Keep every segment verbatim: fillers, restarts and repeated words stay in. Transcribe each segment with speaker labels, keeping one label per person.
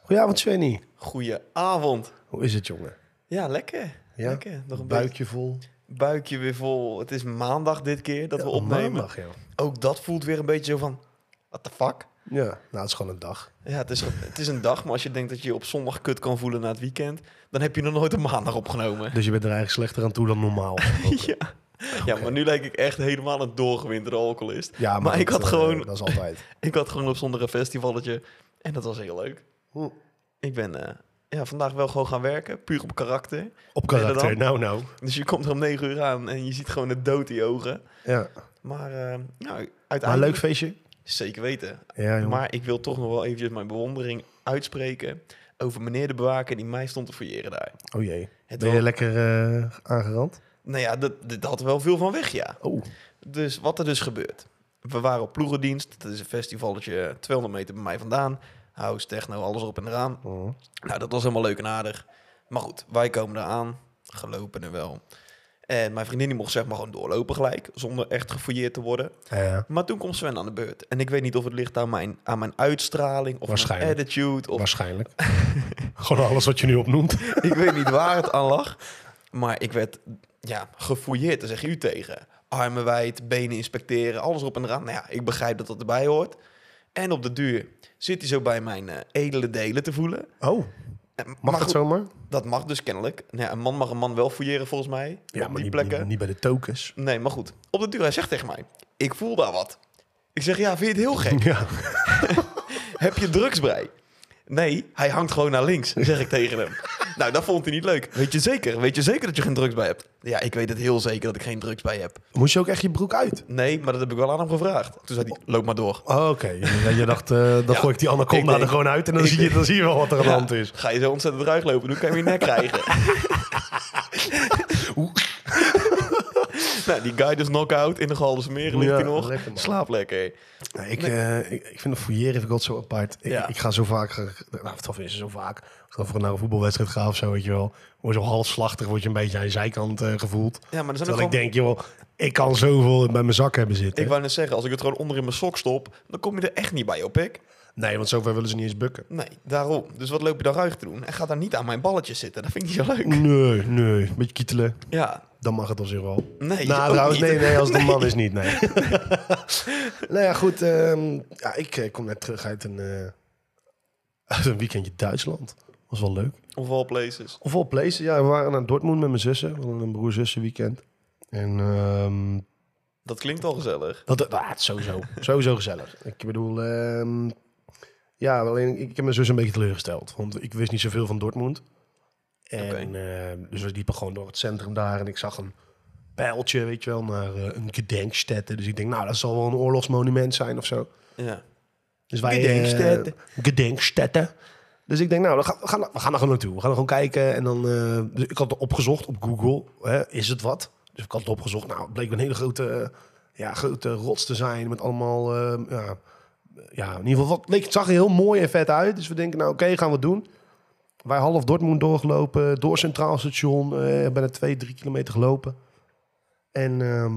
Speaker 1: Goedenavond, Svenny.
Speaker 2: Goedenavond.
Speaker 1: Hoe is het, jongen?
Speaker 2: Ja, lekker.
Speaker 1: Ja?
Speaker 2: lekker. Nog een
Speaker 1: Buikje vol.
Speaker 2: beetje, buikje weer vol. Het is maandag dit keer dat
Speaker 1: Ja,
Speaker 2: we opnemen.
Speaker 1: maandag, ja.
Speaker 2: Ook dat voelt weer een beetje zo van, what the fuck?
Speaker 1: Ja, nou, het is gewoon een dag.
Speaker 2: Ja, het is, het is een dag, maar als je denkt dat je je op zondag kut kan voelen na het weekend, dan heb je nog nooit een maandag opgenomen.
Speaker 1: Dus je bent er eigenlijk slechter aan toe dan normaal.
Speaker 2: ja. ja, maar nu lijk ik echt helemaal een doorgewinterde alcoholist.
Speaker 1: Ja, maar,
Speaker 2: Maar
Speaker 1: dat,
Speaker 2: ik had
Speaker 1: eh,
Speaker 2: gewoon-
Speaker 1: dat is altijd.
Speaker 2: Ik had gewoon op zondag een festivalletje en dat was heel leuk.
Speaker 1: Hm.
Speaker 2: Ik ben eh, ja, vandaag wel gewoon gaan werken, puur op karakter.
Speaker 1: Op
Speaker 2: Ben je er
Speaker 1: karakter,
Speaker 2: dan?
Speaker 1: nou nou.
Speaker 2: Dus je komt er om negen uur aan en je ziet gewoon de dood in je ogen.
Speaker 1: Ja.
Speaker 2: Maar uh, nou,
Speaker 1: Maar een
Speaker 2: uiteindelijk...
Speaker 1: leuk feestje?
Speaker 2: Zeker weten.
Speaker 1: Ja, jongen.
Speaker 2: Maar ik wil toch nog wel eventjes mijn bewondering uitspreken over meneer de bewaker die mij stond te fouilleren daar.
Speaker 1: Oh jee.
Speaker 2: Het
Speaker 1: Ben je
Speaker 2: was-
Speaker 1: lekker uh, aangerand?
Speaker 2: Nou ja, dat, dat had er wel veel van weg, ja.
Speaker 1: Oh.
Speaker 2: Dus wat er dus gebeurt. We waren op ploegendienst. Dat is een festivalletje tweehonderd meter bij mij vandaan. House, techno, alles op en eraan.
Speaker 1: Oh.
Speaker 2: Nou, dat was helemaal leuk en aardig. Maar goed, wij komen eraan. Gelopen er wel. En mijn vriendin die mocht zeg maar gewoon doorlopen gelijk. Zonder echt gefouilleerd te worden.
Speaker 1: Ja,
Speaker 2: Maar toen komt Sven aan de beurt. En ik weet niet of het ligt aan mijn, aan mijn uitstraling of mijn
Speaker 1: Waarschijnlijk.
Speaker 2: attitude. Of
Speaker 1: waarschijnlijk. Gewoon alles wat je nu opnoemt.
Speaker 2: ik weet niet waar het aan lag. Maar ik werd ja, gefouilleerd, daar zeg je u tegen. Armen wijd, benen inspecteren, alles op en eraan. Nou ja, ik begrijp dat dat erbij hoort. En op de duur zit hij zo bij mijn uh, edele delen te voelen.
Speaker 1: Oh,
Speaker 2: En-
Speaker 1: mag
Speaker 2: maar
Speaker 1: dat
Speaker 2: goed,
Speaker 1: zomaar?
Speaker 2: Dat mag dus kennelijk. Nou ja, een man mag een man wel fouilleren volgens mij.
Speaker 1: Ja,
Speaker 2: op
Speaker 1: maar
Speaker 2: die
Speaker 1: niet,
Speaker 2: plekken.
Speaker 1: niet, niet bij de tokens.
Speaker 2: Nee, maar goed. Op de duur, hij zegt tegen mij, ik voel daar wat. Ik zeg, ja, vind je het heel gek?
Speaker 1: Ja.
Speaker 2: Heb je drugs bij? Nee, hij hangt gewoon naar links, zeg ik tegen hem. Nou, dat vond hij niet leuk. Weet je zeker? Weet je zeker dat je geen drugs bij hebt? Ja, ik weet het heel zeker dat ik geen drugs bij heb.
Speaker 1: Moest je ook echt je broek uit?
Speaker 2: Nee, maar dat heb ik wel aan hem gevraagd. Toen zei hij, loop maar door.
Speaker 1: Oh, oké. Je, je dacht, uh, dan
Speaker 2: Ja,
Speaker 1: gooi ik die anaconda
Speaker 2: ik denk-
Speaker 1: er gewoon uit en dan,
Speaker 2: ik
Speaker 1: zie je,
Speaker 2: denk-
Speaker 1: dan zie je wel wat er aan de
Speaker 2: Ja,
Speaker 1: hand is.
Speaker 2: Ga je zo ontzettend ruig lopen, dan kan je weer nek krijgen. nou, die guy dus knock-out in de Galdersmeer ligt
Speaker 1: Ja,
Speaker 2: hij nog.
Speaker 1: lekker, man.
Speaker 2: Slaap lekker.
Speaker 1: Nee, ik, uh, ik, ik vind het fouilleren vind ik altijd zo apart. Ik,
Speaker 2: Ja.
Speaker 1: ik ga zo vaak, uh, nou, of is zo vaak, als ik dan voor naar een voetbalwedstrijd ga of zo, weet je wel, word je zo halfslachtig, word je een beetje aan je zijkant uh, gevoeld.
Speaker 2: Ja, maar er zijn
Speaker 1: Terwijl
Speaker 2: ook
Speaker 1: ik
Speaker 2: gewoon...
Speaker 1: denk, joh, ik kan zoveel bij mijn zak hebben zitten.
Speaker 2: Ik wou net zeggen, als ik het gewoon onder in mijn sok stop, dan kom je er echt niet bij op, ik.
Speaker 1: Nee, want zover willen ze niet eens bukken.
Speaker 2: Nee, daarom. Dus wat loop je dan ruig te doen? En ga daar niet aan mijn balletjes zitten. Dat vind ik niet zo leuk.
Speaker 1: Nee, nee, een beetje kietelen,
Speaker 2: Ja,
Speaker 1: dan mag het op zich wel.
Speaker 2: nee.
Speaker 1: Nou,
Speaker 2: ook
Speaker 1: trouwens,
Speaker 2: niet.
Speaker 1: nee, nee, als het een
Speaker 2: Nee.
Speaker 1: man is niet, nee. Nou ja, goed. Um, ja, ik uh, kom net terug uit een, uh, uit een weekendje Duitsland. Was wel leuk.
Speaker 2: Of all places.
Speaker 1: Of all places, ja, we waren naar Dortmund met mijn zussen. We hadden een broer-zussen weekend. En um,
Speaker 2: Dat klinkt al gezellig.
Speaker 1: dat, nou, het is sowieso, sowieso gezellig. Ik bedoel, um, ja, alleen ik heb mijn zus een beetje teleurgesteld. Want ik wist niet zoveel van Dortmund. En
Speaker 2: Oké.
Speaker 1: uh, dus we liepen gewoon door het centrum daar en ik zag een pijltje, weet je wel, naar uh, een gedenkstätte. Dus ik denk, nou, dat zal wel een oorlogsmonument zijn of zo.
Speaker 2: Ja.
Speaker 1: Dus wij,
Speaker 2: Gedenkstätte.
Speaker 1: uh, gedenkstätte. Dus ik denk, nou, dan gaan, we, gaan, we gaan er gewoon naartoe. We gaan er gewoon kijken. En dan, uh, dus ik had het opgezocht op Google. Hè, is het wat? Dus ik had het opgezocht. Nou, het bleek een hele grote, uh, ja, grote rots te zijn. Met allemaal, uh, ja, ja, in ieder geval, wat, leek, het zag er heel mooi en vet uit. Dus we denken, nou, oké, okay, gaan we het doen. Wij half Dortmund doorgelopen. Door Centraal Station. Uh, bijna twee, drie kilometer gelopen. En uh,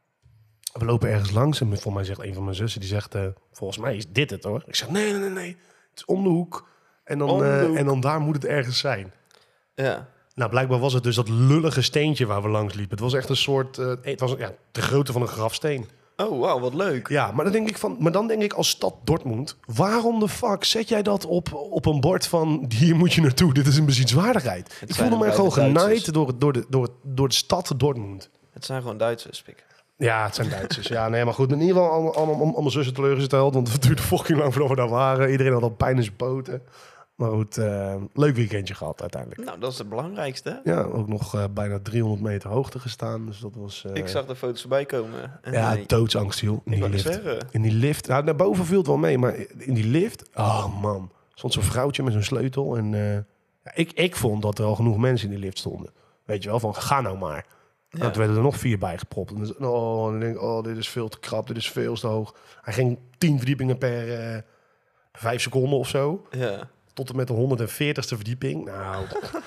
Speaker 1: we lopen ergens langs. En volgens mij zegt een van mijn zussen, die zegt, uh, volgens mij is dit het hoor. Ik zeg, nee, nee, nee, nee. Het is om de hoek. En dan,
Speaker 2: Om de
Speaker 1: uh,
Speaker 2: hoek.
Speaker 1: en dan daar moet het ergens zijn.
Speaker 2: Ja.
Speaker 1: Nou, blijkbaar was het dus dat lullige steentje waar we langs liepen. Het was echt een soort, uh, het was ja, de grootte van een grafsteen.
Speaker 2: Oh, wauw, wat leuk.
Speaker 1: Ja, maar dan denk ik van, maar dan denk ik als stad Dortmund, waarom de fuck zet jij dat op, op een bord van hier moet je naartoe? Dit is een bezienswaardigheid. Ik
Speaker 2: zijn
Speaker 1: voelde mij
Speaker 2: blijven
Speaker 1: gewoon
Speaker 2: Duitsers.
Speaker 1: genaaid door, het- door, de, door, het- door de stad Dortmund.
Speaker 2: Het zijn gewoon Duitsers, pik.
Speaker 1: Ja, het zijn Duitsers. Ja, nee, maar goed. In ieder geval allemaal, allemaal, allemaal mijn zussen teleurgesteld. Want het duurde fucking lang voordat we daar waren. Iedereen had al pijn in zijn poten. Maar goed, uh, leuk weekendje gehad uiteindelijk.
Speaker 2: Nou, dat is het belangrijkste.
Speaker 1: Ja, ook nog uh, bijna driehonderd meter hoogte gestaan. Dus dat was... Uh,
Speaker 2: Ik zag de foto's voorbij komen. En
Speaker 1: ja,
Speaker 2: nee,
Speaker 1: doodsangst, joh. In
Speaker 2: ik
Speaker 1: die
Speaker 2: wou net
Speaker 1: lift.
Speaker 2: zeggen.
Speaker 1: In die lift. Nou, naar boven viel het wel mee. Maar in die lift... Oh, man. Stond zo'n vrouwtje met zo'n sleutel. En uh, ja, ik, ik vond dat er al genoeg mensen in die lift stonden. Weet je wel, van ga nou maar.
Speaker 2: Ja.
Speaker 1: En toen werden er nog vier bijgepropt. En dus, oh, en dan denk ik, oh, dit is veel te krap, dit is veel te hoog. Hij ging tien verdiepingen per uh, vijf seconden of zo.
Speaker 2: Ja.
Speaker 1: Tot en met de honderdveertigste verdieping. Nou,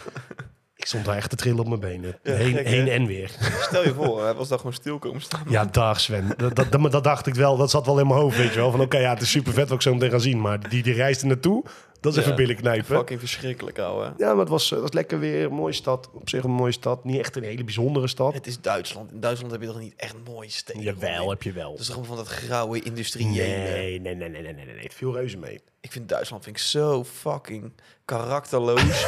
Speaker 1: ik stond daar echt te trillen op mijn benen.
Speaker 2: Ja,
Speaker 1: heen,
Speaker 2: gek,
Speaker 1: heen
Speaker 2: hè?
Speaker 1: en weer.
Speaker 2: Stel je voor, hij was daar gewoon stil komen staan.
Speaker 1: Ja, dag Sven. Dat, dat, dat, dat dacht ik wel. Dat zat wel in mijn hoofd, weet je wel. Van oké, okay, ja, het is super vet wat ik zo meteen ga zien. Maar die, die reis er naartoe, Dat is
Speaker 2: Ja,
Speaker 1: even billen knijpen.
Speaker 2: Fucking verschrikkelijk, ouwe.
Speaker 1: Ja, maar het was, het was lekker weer. Een mooie stad. Op zich een mooie stad. Niet echt een hele bijzondere stad.
Speaker 2: Het is Duitsland. In Duitsland heb je toch niet echt mooie steden?
Speaker 1: Jawel, heb je wel.
Speaker 2: Het is toch gewoon van dat grauwe industriële.
Speaker 1: Nee, nee, nee, nee, nee, nee, nee. Het viel reuze mee.
Speaker 2: Ik vind Duitsland vind ik zo fucking karakterloos.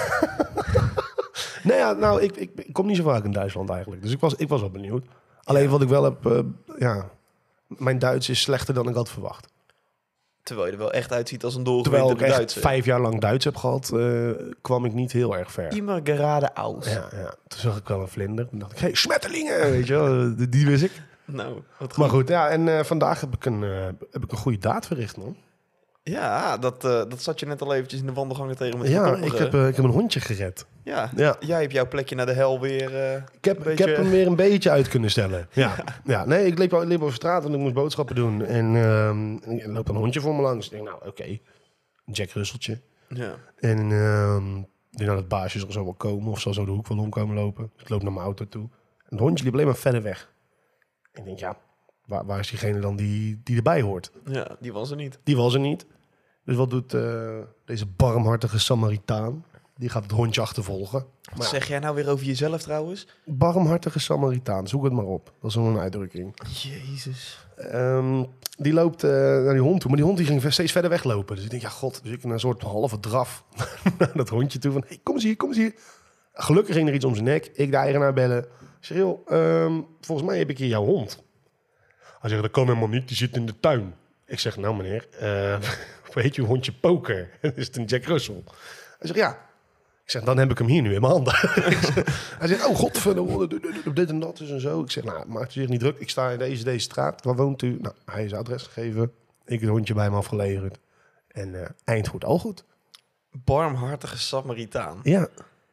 Speaker 1: Nee, ja, nou, ik, ik, ik kom niet zo vaak in Duitsland eigenlijk. Dus ik was, ik was wel benieuwd. Alleen wat ik wel heb... Uh, ja, mijn Duits is slechter dan ik had verwacht.
Speaker 2: Terwijl je er wel echt uitziet als een
Speaker 1: Terwijl
Speaker 2: doorgewinterde
Speaker 1: ik echt
Speaker 2: Duitser.
Speaker 1: vijf jaar lang Duits heb gehad, uh, kwam ik niet heel erg ver.
Speaker 2: Immer gerade aus.
Speaker 1: Ja, ja, toen zag ik wel een vlinder. Toen dacht ik, hey, smettelingen, weet je wel. Die, die wist ik.
Speaker 2: Nou, wat goed.
Speaker 1: Maar goed, ja, en uh, vandaag heb ik, een, uh, heb ik een goede daad verricht, man.
Speaker 2: Ja, dat, uh, dat zat je net al eventjes in de wandelgangen tegen me te
Speaker 1: Ja,
Speaker 2: verkondigen.
Speaker 1: ik heb, uh, ik heb een hondje gered.
Speaker 2: Ja,
Speaker 1: Ja.
Speaker 2: jij hebt jouw plekje naar de hel weer uh,
Speaker 1: Ik heb,
Speaker 2: een beetje...
Speaker 1: ik heb hem weer een beetje uit kunnen stellen. Ja, ja. Nee, ik liep, liep over straat en ik moest boodschappen doen. En uh, er loopt een hondje voor me langs. Ik denk, nou, oké. Okay. Een Jack Russeltje.
Speaker 2: Ja.
Speaker 1: En uh, ik denk, nou, dat baasje zal zo wel komen. Of zal zo de hoek wel omkomen lopen. Ik loop naar mijn auto toe. En het hondje liep alleen maar verder weg. En ik denk, ja, waar, waar is diegene dan die, die erbij hoort?
Speaker 2: ja, die was er niet.
Speaker 1: Die was er niet. Dus wat doet uh, deze barmhartige Samaritaan? Die gaat het hondje achtervolgen.
Speaker 2: Wat
Speaker 1: Maar ja,
Speaker 2: zeg jij nou weer over jezelf trouwens?
Speaker 1: barmhartige Samaritaan, zoek het maar op. Dat is wel een uitdrukking.
Speaker 2: Jezus.
Speaker 1: Um, die loopt uh, naar die hond toe, maar die hond die ging steeds verder weglopen. Dus ik denk, ja god, dus ik naar een soort halve draf naar dat hondje toe. Van, hey, kom eens hier, kom eens hier. Gelukkig ging er iets om zijn nek. Ik de eigenaar bellen. Ik zeg, joh, um, volgens mij heb ik hier jouw hond. Hij zegt, dat kan helemaal niet, die zit in de tuin. Ik zeg, nou meneer, uh, hoe heet je hondje Poker? Is het een Jack Russell? Hij zegt, ja. Ik zeg, dan heb ik hem hier nu in mijn handen. Hij zegt, oh godverdomme, dit en dat is en zo. Ik zeg, nou, maakt u zich niet druk. Ik sta in deze, deze straat. Waar woont u? Nou, hij is zijn adres gegeven. Ik het hondje bij hem afgeleverd. En uh, eind goed, al goed.
Speaker 2: Barmhartige Samaritaan.
Speaker 1: Ja.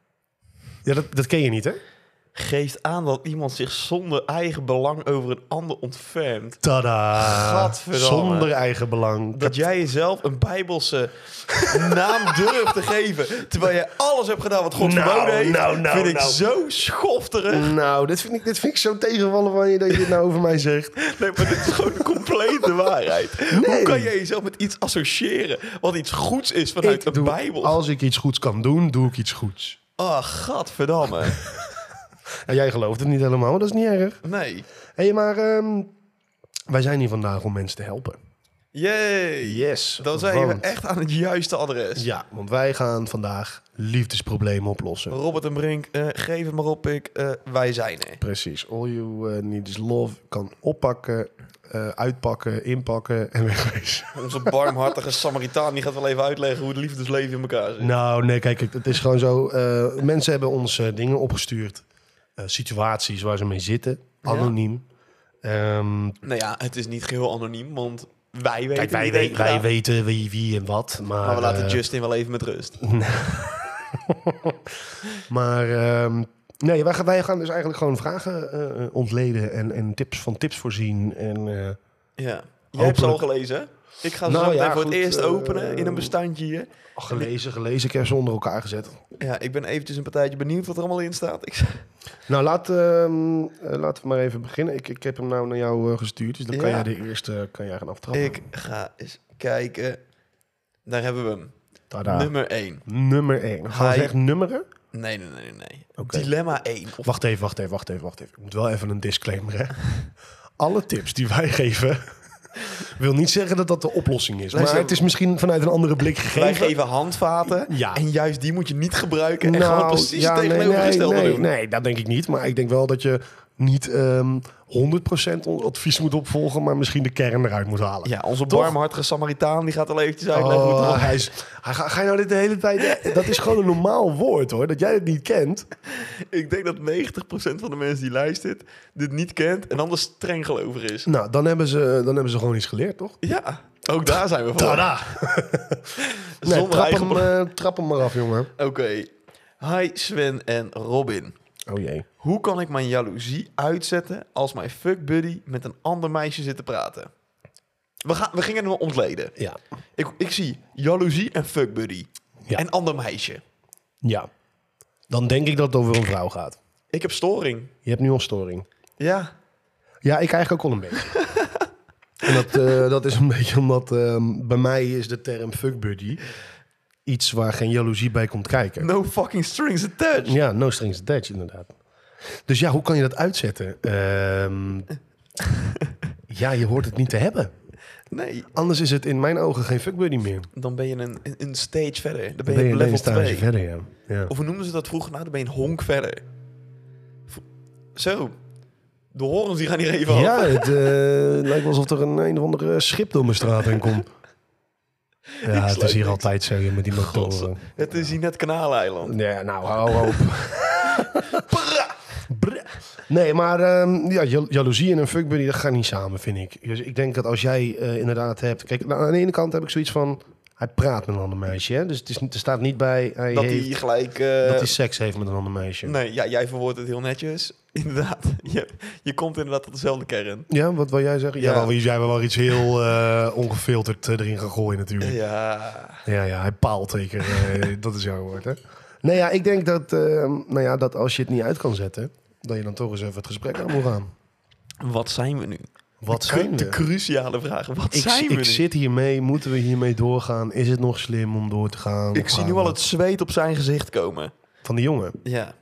Speaker 1: Ja, dat, dat ken je niet, hè?
Speaker 2: Geeft aan dat iemand zich zonder eigen belang over een ander ontfermt.
Speaker 1: Tada!
Speaker 2: Gadverdamme.
Speaker 1: Zonder eigen belang.
Speaker 2: Dat jij jezelf een bijbelse naam durft te geven, terwijl je alles hebt gedaan wat God
Speaker 1: Nou,
Speaker 2: verboden heeft,
Speaker 1: nou, nou,
Speaker 2: vind ik
Speaker 1: nou.
Speaker 2: zo schofterig.
Speaker 1: Nou, dit vind, ik, dit vind ik zo tegenvallen van je dat je het nou over mij zegt.
Speaker 2: Nee, maar dit is gewoon de complete waarheid.
Speaker 1: Nee.
Speaker 2: Hoe kan jij jezelf met iets associëren wat iets goeds is vanuit
Speaker 1: Ik
Speaker 2: de
Speaker 1: doe-
Speaker 2: Bijbel?
Speaker 1: Als ik iets goeds kan doen, doe ik iets goeds.
Speaker 2: Oh, gadverdamme.
Speaker 1: Ja, jij gelooft het niet helemaal, maar dat is niet erg.
Speaker 2: Nee.
Speaker 1: Hé, hey, maar um, wij zijn hier vandaag om mensen te helpen.
Speaker 2: Yay.
Speaker 1: Yes.
Speaker 2: Dan zijn we
Speaker 1: want-
Speaker 2: echt aan het juiste adres.
Speaker 1: Ja, want wij gaan vandaag liefdesproblemen oplossen.
Speaker 2: Robert en Brink, uh, geef het maar op, ik. Uh, wij zijn er.
Speaker 1: Precies. All you uh, need is love. Kan oppakken, uh, uitpakken, inpakken en wegwezen.
Speaker 2: Onze barmhartige Samaritaan die gaat wel even uitleggen hoe het liefdesleven in elkaar zit.
Speaker 1: Nou, nee, kijk, het is gewoon zo. Uh, mensen hebben ons uh, dingen opgestuurd. Uh, situaties waar ze mee zitten. Anoniem. Ja. Um,
Speaker 2: Nou ja, het is niet geheel anoniem, want wij weten
Speaker 1: kijk, wij,
Speaker 2: wie
Speaker 1: we-
Speaker 2: het heeft
Speaker 1: wij
Speaker 2: gedaan.
Speaker 1: weten wie, wie en wat. Maar,
Speaker 2: Maar we laten
Speaker 1: uh,
Speaker 2: Justin wel even met rust.
Speaker 1: Maar um, nee, wij gaan, wij gaan dus eigenlijk gewoon vragen uh, ontleden en, en tips van tips voorzien. En, uh,
Speaker 2: Ja. Jij hebt ze al
Speaker 1: Hopelijk.
Speaker 2: gelezen, hè? Ik ga ze
Speaker 1: Nou
Speaker 2: zo meteen
Speaker 1: ja,
Speaker 2: voor het
Speaker 1: goed,
Speaker 2: eerst
Speaker 1: uh,
Speaker 2: openen in een bestandje hier.
Speaker 1: gelezen, gelezen. Ik heb ze onder elkaar gezet.
Speaker 2: Ja, ik ben eventjes een partijtje benieuwd wat er allemaal in staat. Ik...
Speaker 1: Nou, laat, um, uh, laten we maar even beginnen. Ik, ik heb hem nou naar jou uh, gestuurd, dus dan kan
Speaker 2: Ja.
Speaker 1: jij de eerste kan jij gaan aftrappen.
Speaker 2: ik ga eens kijken. Daar hebben we hem.
Speaker 1: Tada.
Speaker 2: Nummer één.
Speaker 1: Nummer één. Gaan we
Speaker 2: Hij-
Speaker 1: echt nummeren?
Speaker 2: Nee, nee, nee, nee. nee.
Speaker 1: Oké.
Speaker 2: Dilemma één. Of
Speaker 1: Wacht even, wacht even, wacht even, wacht even. Ik moet wel even een disclaimer, hè. Alle tips die wij geven... wil niet zeggen dat dat de oplossing is. Maar
Speaker 2: Luister,
Speaker 1: het is misschien vanuit een andere blik gegeven.
Speaker 2: wij geven handvaten.
Speaker 1: Ja.
Speaker 2: En juist die moet je niet gebruiken. En gewoon precies
Speaker 1: ja, nee,
Speaker 2: tegenovergestelde
Speaker 1: nee, nee,
Speaker 2: doen.
Speaker 1: nee, dat denk ik niet. Maar ik denk wel dat je niet um, honderd procent ons advies moet opvolgen... maar misschien de kern eruit moet halen.
Speaker 2: Ja, onze
Speaker 1: Toch?
Speaker 2: barmhartige Samaritaan die gaat al eventjes uitleggen hoe het
Speaker 1: Oh,
Speaker 2: erop-
Speaker 1: hij is, hij, ga, ga je nou dit de hele tijd... Dat is gewoon een normaal woord, hoor. Dat jij het niet kent.
Speaker 2: Ik denk dat negentig procent van de mensen die luistert dit niet kent en anders streng gelovig is.
Speaker 1: Nou, dan hebben ze, dan hebben ze gewoon iets geleerd, toch?
Speaker 2: Ja, ook daar zijn we voor.
Speaker 1: Tada! Nee,
Speaker 2: Zonder
Speaker 1: trap,
Speaker 2: eigen
Speaker 1: hem,
Speaker 2: belang.
Speaker 1: uh, trap hem maar af, jongen.
Speaker 2: Oké. Hi Sven en Robin.
Speaker 1: Oh jee.
Speaker 2: Hoe kan ik mijn jaloezie uitzetten als mijn fuckbuddy met een ander meisje zit te praten? We, gaan, we gingen hem ontleden.
Speaker 1: Ja.
Speaker 2: Ik, ik zie jaloezie en fuckbuddy.
Speaker 1: Ja.
Speaker 2: En ander meisje.
Speaker 1: Ja. Dan denk ik dat het over een vrouw gaat.
Speaker 2: Ik heb storing.
Speaker 1: Je hebt nu al storing.
Speaker 2: Ja.
Speaker 1: Ja, ik eigenlijk ook al een beetje. En dat, uh, dat is een beetje omdat... Uh, bij mij is de term fuckbuddy... iets waar geen jaloezie bij komt kijken.
Speaker 2: No fucking strings attached.
Speaker 1: Ja, no strings attached, inderdaad. Dus ja, hoe kan je dat uitzetten? Ehm, ja, je hoort het niet te hebben.
Speaker 2: Nee,
Speaker 1: Anders is het in mijn ogen geen fuckbuddy meer.
Speaker 2: dan ben je een, een stage verder. Dan ben
Speaker 1: Dan
Speaker 2: je,
Speaker 1: ben je
Speaker 2: op
Speaker 1: een
Speaker 2: level
Speaker 1: stage
Speaker 2: twee.
Speaker 1: verder, ja. ja.
Speaker 2: Of hoe noemden ze dat vroeger? Nou, dan ben je een honk verder. V- Zo. De horens die gaan hier even
Speaker 1: Ja,
Speaker 2: af.
Speaker 1: het eh, lijkt wel alsof er een, een of andere schip door mijn straat heen komt. Ja, het
Speaker 2: sluit
Speaker 1: is hier
Speaker 2: niks.
Speaker 1: altijd zo met die motoren.
Speaker 2: Het is hier net Kanaaleiland.
Speaker 1: Ja, nou, hou op. Bra. Nee, maar ehm, ja, jal- jaloezie en een fuckbuddy, dat gaat niet samen, vind ik. Dus ik denk dat als jij eh, inderdaad hebt... Kijk, nou, aan de ene kant heb ik zoiets van... Hij praat met een ander meisje, hè? Dus het is, niet- er staat niet bij... Hij
Speaker 2: Dat
Speaker 1: heeft,
Speaker 2: hij gelijk... eh,
Speaker 1: dat hij seks heeft met een ander meisje.
Speaker 2: Nee, ja, jij verwoordt het heel netjes. Inderdaad. Je, je komt inderdaad tot dezelfde kern.
Speaker 1: Ja, wat wil jij zeggen? Ja,
Speaker 2: Ja.
Speaker 1: wel, jij wil wel iets heel eh, ongefilterd eh, erin gaan gooien natuurlijk.
Speaker 2: Ja.
Speaker 1: Ja, ja, hij paalt zeker. eh, dat is jouw woord, hè? Nee, ja, ik denk dat, eh, nou ja, dat als je het niet uit kan zetten... dat je dan toch eens even het gesprek aan moet gaan.
Speaker 2: Wat zijn we nu?
Speaker 1: Wat
Speaker 2: De
Speaker 1: zijn
Speaker 2: De
Speaker 1: we?
Speaker 2: cruciale vraag. Wat
Speaker 1: Ik,
Speaker 2: zijn we
Speaker 1: ik
Speaker 2: nu?
Speaker 1: zit hiermee, moeten we hiermee doorgaan? Is het nog slim om door te gaan?
Speaker 2: Ik
Speaker 1: Of
Speaker 2: zie
Speaker 1: gaan
Speaker 2: nu al
Speaker 1: we-
Speaker 2: het zweet op zijn gezicht komen.
Speaker 1: Van die jongen.
Speaker 2: Ja.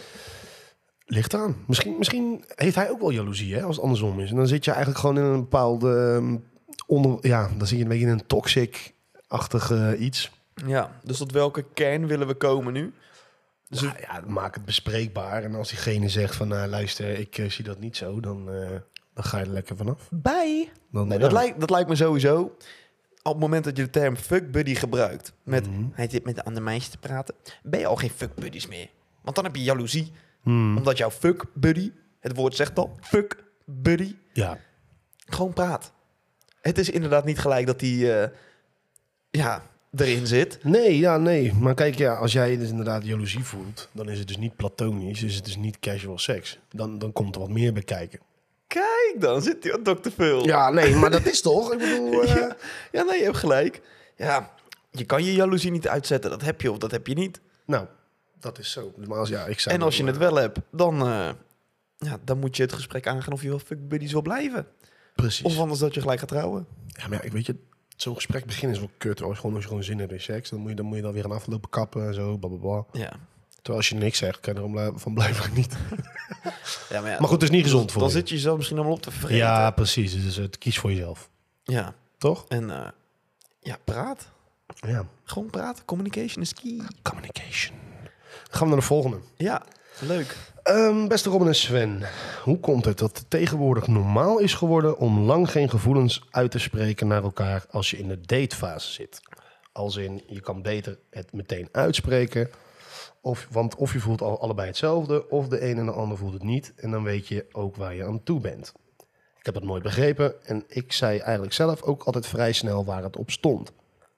Speaker 1: Ligt aan. Misschien, misschien heeft hij ook wel jaloezie, hè, als het andersom is. En dan zit je eigenlijk gewoon in een bepaalde... ehm, onder, ja, dan zit je een beetje in een toxic-achtig eh, iets.
Speaker 2: Ja, dus tot welke kern willen we komen nu? Dus
Speaker 1: Nou ja, maak het bespreekbaar. En als diegene zegt van, nou, luister, ik eh, zie dat niet zo, dan, eh, dan ga je er lekker vanaf.
Speaker 2: bij.
Speaker 1: Dan,
Speaker 2: Nee,
Speaker 1: ja.
Speaker 2: dat, lijkt, dat lijkt me sowieso. Op het moment dat je de term fuckbuddy gebruikt... met
Speaker 1: Mhm.
Speaker 2: hij zit met een ander meisje te praten... ben je al geen fuckbuddies meer. Want dan heb je jaloezie.
Speaker 1: Hmm,
Speaker 2: Omdat jouw fuckbuddy... het woord zegt al, fuckbuddy...
Speaker 1: ja.
Speaker 2: gewoon praat. Het is inderdaad niet gelijk dat hij... eh, ja, erin zit.
Speaker 1: Nee, ja, nee. Maar kijk, ja, als jij dus inderdaad jaloezie voelt, dan is het dus niet platonisch, is het dus niet casual seks. Dan, dan komt er wat meer bij kijken.
Speaker 2: Kijk, dan zit hij aan dokter Phil.
Speaker 1: Ja, nee, maar dat is toch? Ik bedoel, eh,
Speaker 2: ja, ja, nee, je hebt gelijk. Ja, je kan je jaloezie niet uitzetten. Dat heb je of dat heb je niet.
Speaker 1: nou, dat is zo. Maar als, ja, ik zou
Speaker 2: En als je
Speaker 1: wel,
Speaker 2: het wel hebt, dan, eh, ja, dan moet je het gesprek aangaan of je wel fuckbuddies wil blijven.
Speaker 1: Precies.
Speaker 2: Of anders dat je gelijk gaat trouwen.
Speaker 1: Ja, maar ja, ik weet je, zo'n gesprek beginnen is wel kut. Als, gewoon, als je gewoon zin hebt in seks, dan moet je dan, moet je dan weer gaan aflopen kappen en zo, blablabla.
Speaker 2: Ja.
Speaker 1: Terwijl als je niks zegt, kan je er om blij- van blijven niet.
Speaker 2: Ja, maar, ja,
Speaker 1: Maar goed, het is niet gezond voor
Speaker 2: Dan
Speaker 1: je.
Speaker 2: zit je jezelf misschien allemaal op te vergeten.
Speaker 1: Ja, precies. Dus het kies voor jezelf.
Speaker 2: Ja.
Speaker 1: Toch?
Speaker 2: En eh, ja, praat.
Speaker 1: Ja.
Speaker 2: Gewoon praten. Communication is key.
Speaker 1: Communication. Dan gaan we naar de volgende.
Speaker 2: Ja, leuk.
Speaker 1: Ehm, beste Robin en Sven, hoe komt het dat het tegenwoordig normaal is geworden om lang geen gevoelens uit te spreken naar elkaar als je in de datefase zit? Als in, je kan beter het meteen uitspreken, of, want of je voelt al allebei hetzelfde, of de een en de ander voelt het niet, en dan weet je ook waar je aan toe bent. Ik heb dat nooit begrepen en ik zei eigenlijk zelf ook altijd vrij snel waar het op stond.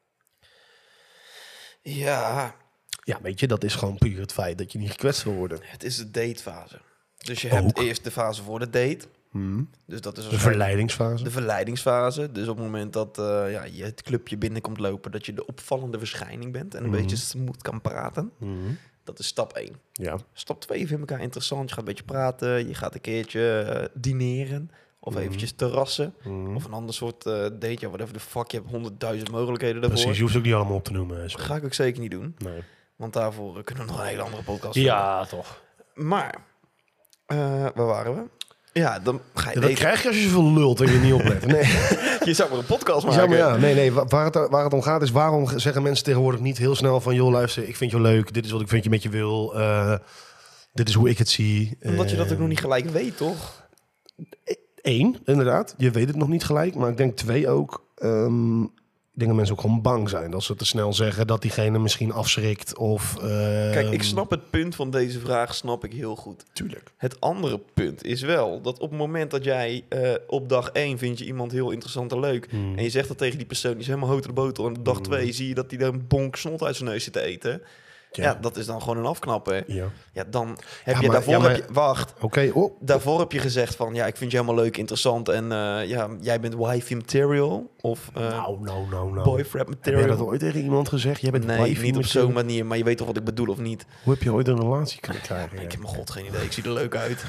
Speaker 2: Ja,
Speaker 1: Ja, weet je, dat is gewoon puur het feit dat je niet gekwetst wil worden.
Speaker 2: het is de datefase. Dus je
Speaker 1: Ook.
Speaker 2: hebt eerst de fase voor de date.
Speaker 1: Hmm.
Speaker 2: Dus dat is
Speaker 1: De
Speaker 2: waarschijnlijk
Speaker 1: verleidingsfase.
Speaker 2: de verleidingsfase. Dus op het moment dat eh, ja, je het clubje binnenkomt lopen, dat je de opvallende verschijning bent en een
Speaker 1: Mhm.
Speaker 2: beetje smooth kan praten.
Speaker 1: Mhm.
Speaker 2: Dat is stap één.
Speaker 1: Ja.
Speaker 2: Stap twee, je vindt elkaar interessant. Je gaat een beetje praten. Je gaat een keertje eh, dineren. Of
Speaker 1: Mhm.
Speaker 2: eventjes terrassen.
Speaker 1: Mhm.
Speaker 2: Of een ander soort eh date. Ja, whatever the fuck. Je hebt honderdduizend mogelijkheden daarvoor.
Speaker 1: Precies, je hoeft ook niet allemaal op te noemen. Sven.
Speaker 2: Ga ik ook zeker niet doen.
Speaker 1: Nee.
Speaker 2: Want daarvoor eh, kunnen we nog een hele andere podcast doen.
Speaker 1: Ja, toch.
Speaker 2: Maar, eh, waar waren we? Ja, dan ga je
Speaker 1: Ja, dat
Speaker 2: daten.
Speaker 1: krijg je als je zoveel lult en je niet oplet. Nee,
Speaker 2: Je zou maar een podcast maken.
Speaker 1: ja, maar ja, nee, nee. wa- Waar het, waar het om gaat is waarom zeggen mensen tegenwoordig niet heel snel van... joh, luister, ik vind je leuk. Dit is wat ik vind je met je wil. eh, dit is hoe ik het zie.
Speaker 2: Omdat je dat ook
Speaker 1: Eh,
Speaker 2: nog niet gelijk weet, toch?
Speaker 1: Eén, inderdaad. Je weet het nog niet gelijk. Maar ik denk twee ook... ehm, ik denk dat mensen ook gewoon bang zijn. Dat ze te snel zeggen dat diegene misschien afschrikt of...
Speaker 2: Kijk,
Speaker 1: ehm,
Speaker 2: ik snap het punt van deze vraag, snap ik heel goed.
Speaker 1: Tuurlijk.
Speaker 2: Het andere punt is wel dat op het moment dat jij eh, op dag één vind je iemand heel interessant en leuk...
Speaker 1: Hmm.
Speaker 2: en je zegt dat tegen die persoon, die is helemaal hout de boter... en op dag
Speaker 1: Mm.
Speaker 2: twee zie je dat hij daar een bonk snot uit zijn neus zit te eten... Ja.
Speaker 1: Ja.
Speaker 2: dat is dan gewoon een afknappen.
Speaker 1: Ja.
Speaker 2: Ja, dan heb
Speaker 1: Ja,
Speaker 2: je
Speaker 1: maar-
Speaker 2: daarvoor...
Speaker 1: ja, maar-
Speaker 2: Heb je, wacht,
Speaker 1: Oké, oh.
Speaker 2: daarvoor heb je gezegd van... ja, ik vind je helemaal leuk, interessant... en eh, ja, jij bent wifey material... of eh
Speaker 1: nou, nou, nou, nou.
Speaker 2: boyfriend
Speaker 1: Heb jij
Speaker 2: material.
Speaker 1: dat ooit tegen iemand gezegd? Jij bent
Speaker 2: Nee,
Speaker 1: wifey
Speaker 2: niet op
Speaker 1: material?
Speaker 2: zo'n manier, maar je weet toch wat ik bedoel of niet?
Speaker 1: Hoe heb je ooit een relatie kunnen krijgen?
Speaker 2: Ik
Speaker 1: Ja.
Speaker 2: heb mijn god geen idee, ik zie er leuk uit.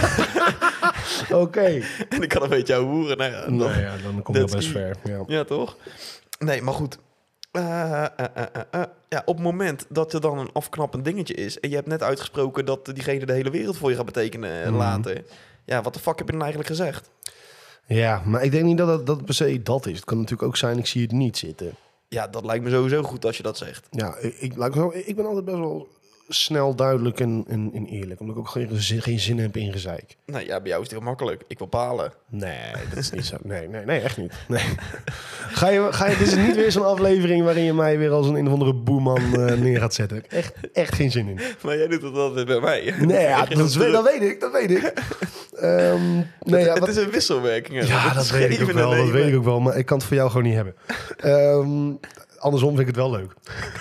Speaker 1: Oké.
Speaker 2: En ik kan een beetje ouwe hoeren. Nou ja, dan-
Speaker 1: Nou ja, dan kom je al
Speaker 2: That's
Speaker 1: best
Speaker 2: key.
Speaker 1: ver. Ja.
Speaker 2: ja, toch? Nee, maar goed. Uh, uh, uh, uh, uh. Ja, op het moment dat er dan een afknappend dingetje is... en je hebt net uitgesproken dat diegene de hele wereld voor je gaat betekenen
Speaker 1: Mm.
Speaker 2: later... ja, wat de fuck heb je dan eigenlijk gezegd?
Speaker 1: Ja, maar ik denk niet dat het, dat het per se dat is. Het kan natuurlijk ook zijn, ik zie het niet zitten.
Speaker 2: Ja, dat lijkt me sowieso goed als je dat zegt.
Speaker 1: Ja, ik, ik, laat ik zo- ik ben altijd best wel snel, duidelijk en, en, en eerlijk. Omdat ik ook geen, zin- geen zin heb in gezeik.
Speaker 2: Nou ja, bij jou is het heel makkelijk. Ik wil palen.
Speaker 1: Nee, dat is niet zo. Nee, nee, nee, echt niet. Nee. Ga je, ga je, dit is niet weer zo'n aflevering waarin je mij weer als een een of andere boeman uh, neer gaat zetten. Ik heb echt, echt geen zin in.
Speaker 2: Maar jij doet het altijd bij mij.
Speaker 1: Nee, ja, dat, is- dat weet ik, dat weet ik. Ehm, nee, ja,
Speaker 2: het
Speaker 1: wat-
Speaker 2: is een wisselwerking. hè.
Speaker 1: ja,
Speaker 2: Het
Speaker 1: dat
Speaker 2: is
Speaker 1: weet ik ook
Speaker 2: geven
Speaker 1: wel.
Speaker 2: en
Speaker 1: Dat
Speaker 2: nemen.
Speaker 1: weet ik ook wel, maar ik kan het voor jou gewoon niet hebben. Ehm, andersom vind ik het wel leuk.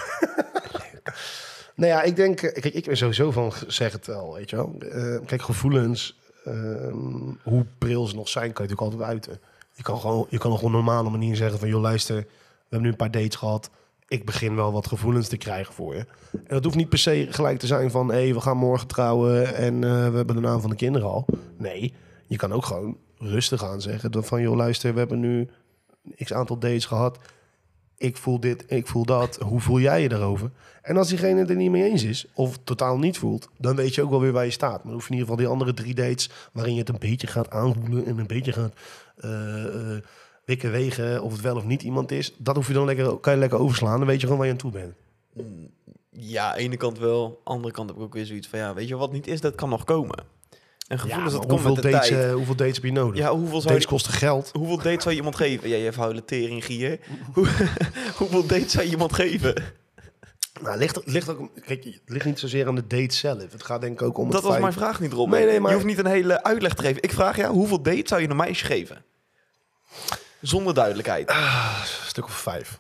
Speaker 1: Nou ja, ik denk... Kijk, ik ben sowieso van zeg het wel, weet je wel. Eh, kijk, gevoelens, ehm, hoe pril ze nog zijn, kan je natuurlijk altijd uiten. Je kan gewoon, je kan op een normale manier zeggen van... joh, luister, we hebben nu een paar dates gehad. Ik begin wel wat gevoelens te krijgen voor je. En dat hoeft niet per se gelijk te zijn van... hé, hey, we gaan morgen trouwen en eh, we hebben de naam van de kinderen al. Nee, je kan ook gewoon rustig aan zeggen... dat van, joh, luister, we hebben nu x aantal dates gehad... ik voel dit, ik voel dat. Hoe voel jij je daarover? En als diegene het er niet mee eens is, of totaal niet voelt, dan weet je ook wel weer waar je staat. Maar dan hoef je in ieder geval die andere drie dates, waarin je het een beetje gaat aanvoelen en een beetje gaat uh, uh, wikken wegen of het wel of niet iemand is, dat hoef je dan lekker, kan je lekker overslaan. Dan weet je gewoon waar je aan toe bent.
Speaker 2: Ja, aan de ene kant wel. Aan de andere kant heb ik ook weer zoiets van... ja, weet je wat niet is, dat kan nog komen. En gevoelens,
Speaker 1: Ja,
Speaker 2: dat komt
Speaker 1: hoeveel,
Speaker 2: met de
Speaker 1: dates,
Speaker 2: tijd.
Speaker 1: uh, hoeveel dates heb je nodig?
Speaker 2: Ja, hoeveel zou
Speaker 1: dates
Speaker 2: je,
Speaker 1: kosten geld.
Speaker 2: hoeveel dates zou je iemand geven? Ja, je hebt huilen tering, gier. Hoe, hoeveel dates zou je iemand geven?
Speaker 1: Nou, het ligt, het ligt ook, kijk, het ligt niet zozeer aan de date zelf. Het gaat denk ik ook om
Speaker 2: Dat
Speaker 1: het
Speaker 2: was
Speaker 1: feit...
Speaker 2: mijn vraag niet, Rob.
Speaker 1: Nee, nee, maar-
Speaker 2: Je hoeft niet een hele uitleg te geven. Ik vraag jou, hoeveel dates zou je een meisje geven? Zonder duidelijkheid.
Speaker 1: Ah, een stuk of vijf.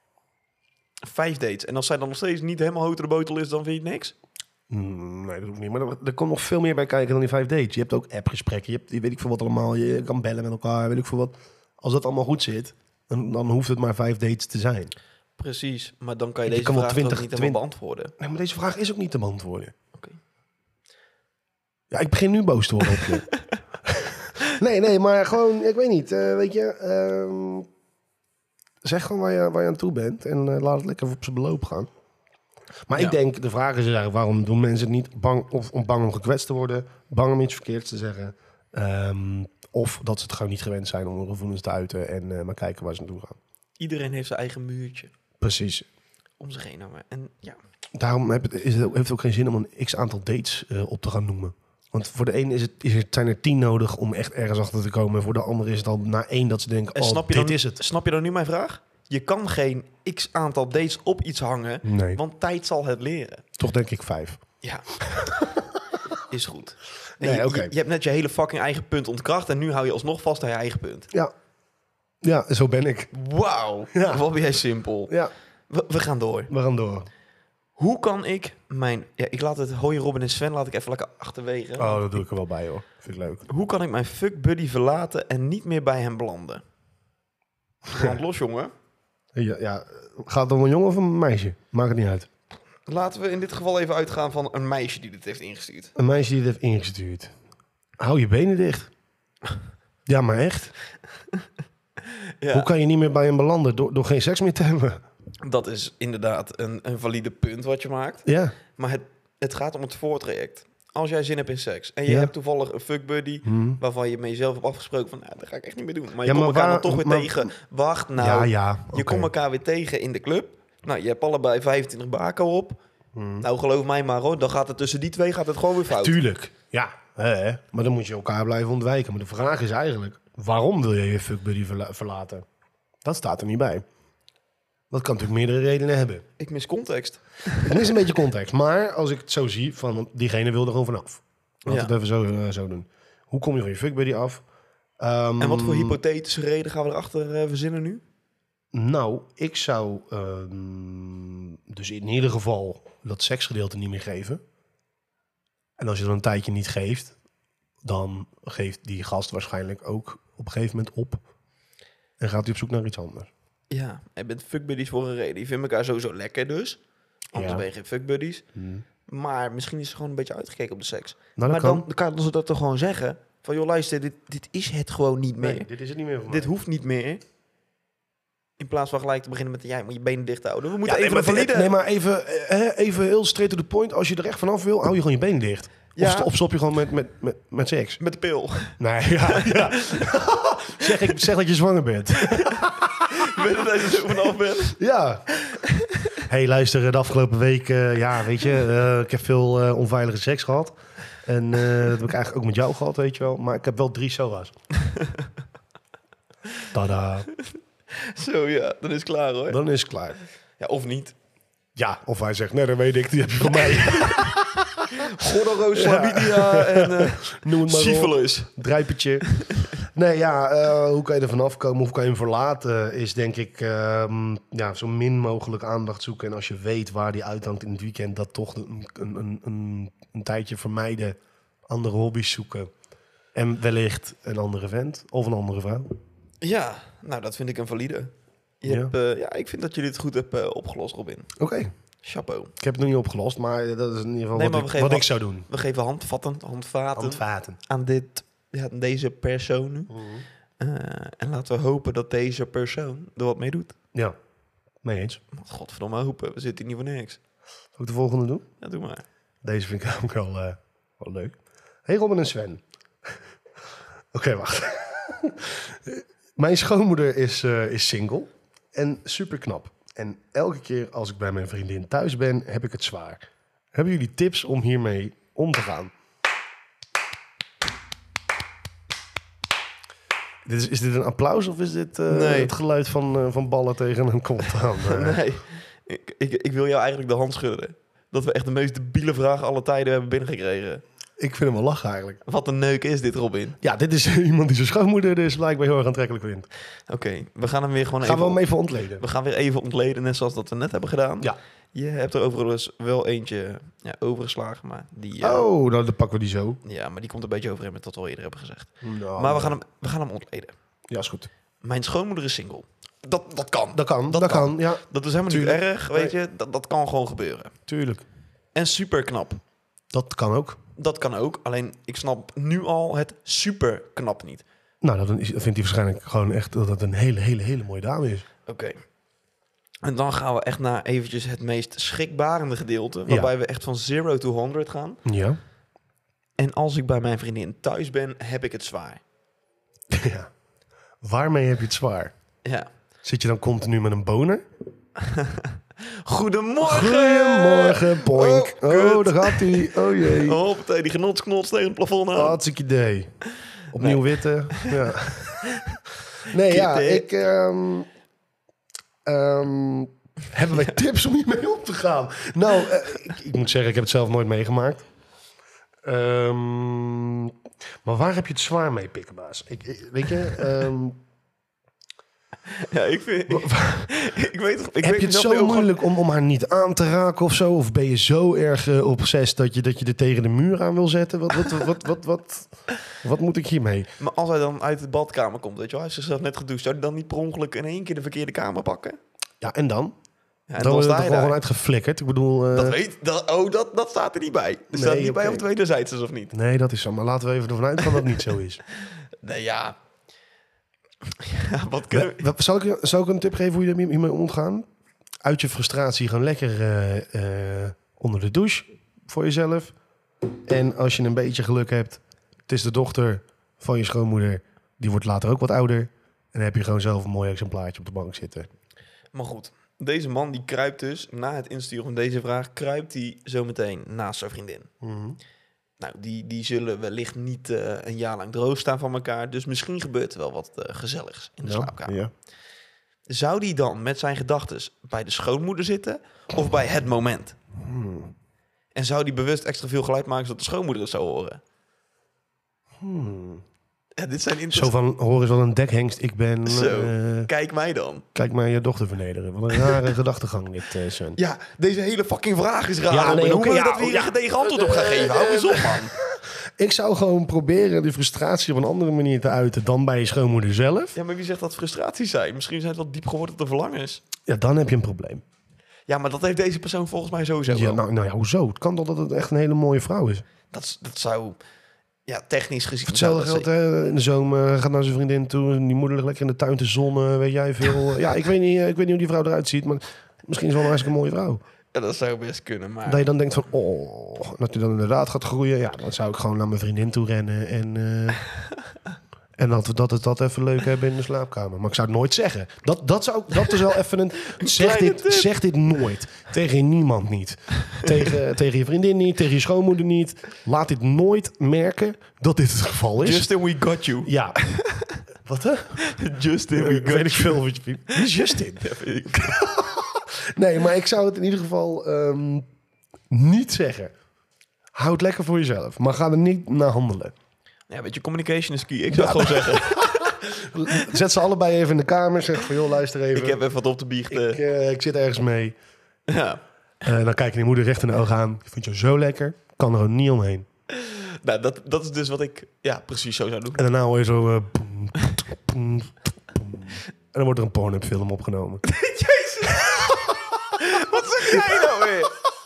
Speaker 2: Vijf dates. En als zij dan nog steeds niet helemaal hout de botel is, dan vind je het niks?
Speaker 1: Mm, nee, dat hoeft niet. Maar er, er komt nog veel meer bij kijken dan die vijf dates. Je hebt ook appgesprekken. Je hebt, je weet ik veel wat allemaal. Je kan bellen met elkaar. Weet ik veel wat. Als dat allemaal goed zit, dan, dan hoeft het maar vijf dates te zijn.
Speaker 2: Precies. Maar dan kan je
Speaker 1: Je
Speaker 2: deze
Speaker 1: kan wel
Speaker 2: vraag
Speaker 1: twintig,
Speaker 2: ook niet helemaal beantwoorden.
Speaker 1: Nee, maar deze vraag is ook niet te beantwoorden.
Speaker 2: Oké.
Speaker 1: Ja, ik begin nu boos te worden op je. nee, nee, maar gewoon, ik weet niet. Uh, weet je, uh, zeg gewoon waar je, waar je aan toe bent. En uh, laat het lekker op zijn beloop gaan. Maar
Speaker 2: Ja.
Speaker 1: ik denk, de vraag is eigenlijk, waarom doen mensen het niet? Bang, of om bang om gekwetst te worden, bang om iets verkeerds te zeggen. Um, of dat ze het gewoon niet gewend zijn om hun gevoelens te uiten en uh, maar kijken waar ze naartoe gaan.
Speaker 2: Iedereen heeft zijn eigen muurtje
Speaker 1: Precies.
Speaker 2: om zich heen hangen. En ja,
Speaker 1: Daarom heb het, is het, ook- heeft het ook geen zin om een x-aantal dates uh, op te gaan noemen. Want voor de een is het, is het, zijn er tien nodig om echt ergens achter te komen. En voor de ander is het al na één dat ze denken,
Speaker 2: en
Speaker 1: oh,
Speaker 2: snap, je
Speaker 1: dit
Speaker 2: dan,
Speaker 1: is het.
Speaker 2: snap je dan nu mijn vraag? Je kan geen x aantal dates op iets hangen,
Speaker 1: Nee,
Speaker 2: want tijd zal het leren.
Speaker 1: toch denk ik vijf.
Speaker 2: Ja, is goed. En
Speaker 1: Nee,
Speaker 2: je,
Speaker 1: oké.
Speaker 2: je, je hebt net je hele fucking eigen punt ontkracht en nu hou je alsnog vast aan je eigen punt.
Speaker 1: Ja, ja, zo ben ik.
Speaker 2: Wauw,
Speaker 1: Ja.
Speaker 2: wat ben jij simpel.
Speaker 1: Ja,
Speaker 2: We, we gaan door.
Speaker 1: we gaan door.
Speaker 2: Hoe kan ik mijn... Ja, ik laat het Hoi Robin en Sven laat ik even lekker achterwege.
Speaker 1: Oh, dat doe ik er wel bij hoor. Vind ik leuk.
Speaker 2: Hoe kan ik mijn fuck buddy verlaten en niet meer bij hem belanden? Brand los, jongen.
Speaker 1: Ja, ja, gaat het om een jongen of een meisje? Maakt het niet uit.
Speaker 2: Laten we in dit geval even uitgaan van een meisje die dit heeft ingestuurd.
Speaker 1: Een meisje die het heeft ingestuurd. Hou je benen dicht. Ja, maar echt.
Speaker 2: Ja,
Speaker 1: Hoe kan je niet meer bij hem belanden door, door geen seks meer te hebben?
Speaker 2: dat is inderdaad een, een valide punt wat je maakt.
Speaker 1: Ja.
Speaker 2: Maar het, het gaat om het voortraject. Als jij zin hebt in seks en je
Speaker 1: Ja.
Speaker 2: hebt toevallig een fuck buddy
Speaker 1: Hm.
Speaker 2: waarvan je met jezelf hebt afgesproken van, nou, dat ga ik echt niet meer doen. Maar je
Speaker 1: Ja,
Speaker 2: komt
Speaker 1: maar
Speaker 2: elkaar
Speaker 1: waar-
Speaker 2: dan toch weer
Speaker 1: maar-
Speaker 2: tegen. Wacht nou,
Speaker 1: ja, ja.
Speaker 2: je komt elkaar weer tegen in de club. Nou, je hebt allebei vijfentwintig bako op.
Speaker 1: Hm.
Speaker 2: Nou, geloof mij maar hoor, dan gaat het tussen die twee gaat het gewoon weer fout.
Speaker 1: Tuurlijk. Ja, hè, maar dan moet je elkaar blijven ontwijken. Maar de vraag is eigenlijk, waarom wil je je fuckbuddy verla- verlaten? Dat staat er niet bij. Dat kan natuurlijk meerdere redenen hebben.
Speaker 2: Ik mis context.
Speaker 1: Het is een beetje context. Maar als ik het zo zie, van diegene wil er gewoon vanaf. Laten we
Speaker 2: Ja.
Speaker 1: het even zo, uh, zo doen. Hoe kom je van je fuckbuddy af? Um,
Speaker 2: En wat voor hypothetische reden gaan we erachter uh, verzinnen nu?
Speaker 1: Nou, ik zou um, dus in ieder geval dat seksgedeelte niet meer geven. En als je dan een tijdje niet geeft, dan geeft die gast waarschijnlijk ook op een gegeven moment op. En gaat hij op zoek naar iets anders.
Speaker 2: Ja, je bent fuckbuddies voor een reden. Je vindt elkaar sowieso lekker dus. Anders
Speaker 1: Ja.
Speaker 2: ben je geen fuckbuddies.
Speaker 1: Hmm.
Speaker 2: Maar misschien is ze gewoon een beetje uitgekeken op de seks.
Speaker 1: Nou,
Speaker 2: maar
Speaker 1: dat kan.
Speaker 2: dan, dan kan ze dat toch gewoon zeggen. Van joh, luister, dit, dit is het gewoon niet meer.
Speaker 1: Nee, dit is het niet meer voor
Speaker 2: Dit
Speaker 1: mij.
Speaker 2: hoeft niet meer. In plaats van gelijk te beginnen met... Ja, je moet je benen dicht houden. We moeten
Speaker 1: Ja,
Speaker 2: even
Speaker 1: nee,
Speaker 2: een
Speaker 1: maar,
Speaker 2: valide...
Speaker 1: nee, maar even, eh, even heel straight to the point. Als je er echt vanaf wil, hou je gewoon je benen dicht.
Speaker 2: Ja.
Speaker 1: Of, st- of stop je gewoon met, met, met, met seks.
Speaker 2: Met de pil.
Speaker 1: Nee, ja. ja. zeg, ik, zeg dat je zwanger bent.
Speaker 2: Je weet dat je er zo vanaf bent.
Speaker 1: Ja. Hey, luister, de afgelopen week, uh, ja, weet je, uh, ik heb veel uh, onveilige seks gehad. En uh, dat heb ik eigenlijk ook met jou gehad, weet je wel. Maar ik heb wel drie S O A's. Tada.
Speaker 2: Zo, ja, dan is het klaar, hoor.
Speaker 1: Dan is het klaar.
Speaker 2: Ja, of niet.
Speaker 1: Ja, of hij zegt, nee, dat weet ik, die heb je van mij.
Speaker 2: Gonorroos, chlamydia en uh,
Speaker 1: Noem het maar
Speaker 2: syphilis.
Speaker 1: Drijpertje. Nee, ja, uh, hoe kan je er vanaf komen? Hoe kan je hem verlaten? Is denk ik um, ja, zo min mogelijk aandacht zoeken. En als je weet waar die uithangt in het weekend, dat toch een, een, een, een, een tijdje vermijden. Andere hobby's zoeken. En wellicht een andere vent of een andere vrouw.
Speaker 2: Ja, nou, dat vind ik een valide. Je
Speaker 1: Ja.
Speaker 2: hebt, uh, ja, ik vind dat jullie het goed hebben uh, opgelost, Robin.
Speaker 1: Oké. Okay.
Speaker 2: Chapeau.
Speaker 1: Ik heb het nog niet opgelost, maar dat is in ieder geval
Speaker 2: Nee,
Speaker 1: wat,
Speaker 2: maar
Speaker 1: ik,
Speaker 2: we
Speaker 1: wat
Speaker 2: geven
Speaker 1: ik zou doen.
Speaker 2: We geven handvatten, handvaten,
Speaker 1: Handvaten.
Speaker 2: aan, dit, ja, aan deze persoon nu.
Speaker 1: Mm-hmm.
Speaker 2: Uh, en laten we hopen dat deze persoon er wat mee doet.
Speaker 1: Ja, mee eens.
Speaker 2: Godverdomme hopen, we zitten hier niet voor niks.
Speaker 1: Zal ik de volgende doen?
Speaker 2: Ja, doe maar.
Speaker 1: Deze vind ik ook wel, uh, wel leuk. Hey Robin en Sven. Oké, okay, wacht. Mijn schoonmoeder is, uh, is single en super knap. En elke keer als ik bij mijn vriendin thuis ben, heb ik het zwaar. Hebben jullie tips om hiermee om te gaan? Dit is, is dit een applaus of is dit uh,
Speaker 2: nee.
Speaker 1: het geluid van, uh, van ballen tegen een kont aan? Uh?
Speaker 2: Nee, ik, ik, ik wil jou eigenlijk de hand schudden. Dat we echt de meest debiele vraag alle tijden hebben binnengekregen.
Speaker 1: Ik vind hem wel lachen eigenlijk.
Speaker 2: Wat een neuk is dit, Robin.
Speaker 1: Ja, dit is iemand die zijn schoonmoeder dus blijkbaar heel erg aantrekkelijk vindt.
Speaker 2: Oké, okay, we gaan hem weer gewoon
Speaker 1: gaan
Speaker 2: even...
Speaker 1: Gaan we hem even ontleden?
Speaker 2: We gaan weer even ontleden, net zoals dat we net hebben gedaan.
Speaker 1: Ja.
Speaker 2: Je hebt er overigens wel eentje ja, overgeslagen, maar die... Uh,
Speaker 1: oh, nou, dan pakken we die zo.
Speaker 2: Ja, maar die komt een beetje overeen met wat we al eerder hebben gezegd.
Speaker 1: Nou,
Speaker 2: maar we gaan, hem, we gaan hem ontleden.
Speaker 1: Ja, is goed.
Speaker 2: Mijn schoonmoeder is single. Dat, dat kan.
Speaker 1: Dat kan,
Speaker 2: dat,
Speaker 1: dat
Speaker 2: kan.
Speaker 1: kan, ja.
Speaker 2: Dat is helemaal
Speaker 1: Tuurlijk.
Speaker 2: niet erg, weet nee. je. Dat, dat kan gewoon gebeuren.
Speaker 1: Tuurlijk.
Speaker 2: En super knap.
Speaker 1: Dat kan ook.
Speaker 2: Dat kan ook, alleen ik snap nu al het super knap niet.
Speaker 1: Nou, dan vindt hij waarschijnlijk gewoon echt dat het een hele, hele, hele mooie dame is.
Speaker 2: Oké. Okay. En dan gaan we echt naar eventjes het meest schrikbarende gedeelte. Waarbij ja. we echt van zero to honderd gaan.
Speaker 1: Ja.
Speaker 2: En als ik bij mijn vriendin thuis ben, heb ik het zwaar.
Speaker 1: Ja. Waarmee heb je het zwaar?
Speaker 2: Ja.
Speaker 1: Zit je dan continu met een boner?
Speaker 2: Goedemorgen!
Speaker 1: Goedemorgen, poink. Oh, oh daar gaat hij. Oh jee.
Speaker 2: Hoppatee, die genotsknots tegen het plafond aan.
Speaker 1: Hartstikke idee. Opnieuw nee. witte. Ja. Nee, ja, ik... Um, um, hebben wij tips om hiermee op te gaan? Nou, uh, ik, ik moet zeggen, ik heb het zelf nooit meegemaakt. Um, maar waar heb je het zwaar mee, pikkenbaas? Ik, ik, weet je... Um,
Speaker 2: Ja, ik vind... Ik, ik weet toch... Ik
Speaker 1: heb
Speaker 2: weet
Speaker 1: je het zo moeilijk gewoon... om, om haar niet aan te raken of zo? Of ben je zo erg uh, obsessief dat je, dat je er tegen de muur aan wil zetten? Wat, wat, wat, wat, wat, wat, wat moet ik hiermee?
Speaker 2: Maar als hij dan uit de badkamer komt, weet je wel, hij heeft zichzelf net gedoucht, zou hij dan niet per ongeluk in één keer de verkeerde kamer pakken?
Speaker 1: Ja, en dan?
Speaker 2: Ja, en
Speaker 1: dan
Speaker 2: dan
Speaker 1: wordt
Speaker 2: sta
Speaker 1: het
Speaker 2: je
Speaker 1: er gewoon
Speaker 2: daar.
Speaker 1: uitgeflikkerd. Ik bedoel... Uh...
Speaker 2: Dat weet... Dat, oh, dat, dat staat er niet bij. Er
Speaker 1: nee,
Speaker 2: staat niet
Speaker 1: okay.
Speaker 2: bij of het wederzijds is of niet.
Speaker 1: Nee, dat is zo. Maar laten we even ervan uitgaan dat het niet zo is.
Speaker 2: Nee, ja... Ja, wat kunnen we...
Speaker 1: Zal ik, zal ik een tip geven hoe je hiermee omgaan? Uit je frustratie gewoon lekker uh, uh, onder de douche voor jezelf. En als je een beetje geluk hebt, het is de dochter van je schoonmoeder. Die wordt later ook wat ouder. En dan heb je gewoon zelf een mooi exemplaartje op de bank zitten.
Speaker 2: Maar goed, deze man die kruipt dus, na het insturen van deze vraag, kruipt hij zometeen naast zijn vriendin.
Speaker 1: Mm-hmm.
Speaker 2: Nou, die, die zullen wellicht niet uh, een jaar lang droog staan van elkaar. Dus misschien gebeurt er wel wat uh, gezelligs in de
Speaker 1: ja,
Speaker 2: slaapkamer.
Speaker 1: Ja.
Speaker 2: Zou die dan met zijn gedachtes bij de schoonmoeder zitten of bij het moment?
Speaker 1: Hmm.
Speaker 2: En zou die bewust extra veel geluid maken zodat de schoonmoeder het zou horen?
Speaker 1: Hmm.
Speaker 2: Ja, dit zijn
Speaker 1: Zo van, hoor eens wat een dekhengst ik ben.
Speaker 2: Zo,
Speaker 1: uh,
Speaker 2: kijk mij dan.
Speaker 1: Kijk maar je dochter vernederen. Wat een rare gedachtegang dit, uh, Sven.
Speaker 2: Ja, deze hele fucking vraag is raar.
Speaker 1: Ja, nee,
Speaker 2: Hoe
Speaker 1: okay,
Speaker 2: we
Speaker 1: ja,
Speaker 2: dat we hier
Speaker 1: ja.
Speaker 2: een gedegen antwoord op gaan geven? Hou eens op, man.
Speaker 1: Ik zou gewoon proberen die frustratie op een andere manier te uiten dan bij je schoonmoeder zelf.
Speaker 2: Ja, maar wie zegt dat frustraties zijn? Misschien zijn het wel diep gewortelde verlangens.
Speaker 1: Ja, dan heb je een probleem.
Speaker 2: Ja, maar dat heeft deze persoon volgens mij sowieso
Speaker 1: Ja,
Speaker 2: wel.
Speaker 1: nou, nou ja, hoezo? Het kan toch dat het echt een hele mooie vrouw is?
Speaker 2: Dat, dat zou... ja, technisch gezien...
Speaker 1: Voor hetzelfde
Speaker 2: zou
Speaker 1: geld,
Speaker 2: dat
Speaker 1: hè, in de zomer gaat naar zijn vriendin toe. En die moeder ligt lekker in de tuin te zonnen, weet jij veel. Ja, ik weet, niet, ik weet niet hoe die vrouw eruit ziet, maar misschien is het wel een hartstikke mooie vrouw.
Speaker 2: Ja, dat zou best kunnen, maar...
Speaker 1: Dat je dan denkt van, oh, dat hij dan inderdaad gaat groeien. Ja, dan zou ik gewoon naar mijn vriendin toe rennen. En, uh, en dat we dat, het dat even leuk hebben in de slaapkamer. Maar ik zou het nooit zeggen. Dat, dat, zou, dat is wel even een... Zeg dit, zeg dit nooit. Tegen niemand niet. Tegen, tegen je vriendin niet, tegen je schoonmoeder niet. Laat dit nooit merken dat dit het geval is.
Speaker 2: Justin, we got you.
Speaker 1: Ja. Wat hè?
Speaker 2: Justin, we
Speaker 1: Ik
Speaker 2: got
Speaker 1: weet ik
Speaker 2: you.
Speaker 1: veel wat je piep. Wie is Justin?
Speaker 2: Ja, weet ik.
Speaker 1: Nee, maar ik zou het in ieder geval um, niet zeggen. Houd lekker voor jezelf, maar ga er niet naar handelen.
Speaker 2: Ja, weet je, communication is key. Ik zou het gewoon zeggen.
Speaker 1: Zet ze allebei even in de kamer. Zeg van, joh, luister even.
Speaker 2: Ik heb even wat op te biechten.
Speaker 1: Ik, uh, ik zit ergens mee.
Speaker 2: Ja.
Speaker 1: Uh, dan kijk je die moeder recht in de ogen aan. Ik vind je zo lekker. Kan er ook niet omheen.
Speaker 2: Nou, dat, dat is dus wat ik ja, precies zo zou doen.
Speaker 1: En daarna hoor je zo... Uh, boem, boem, boem. En dan wordt er een Pornhub film opgenomen.
Speaker 2: Jezus! Wat zeg jij nou weer?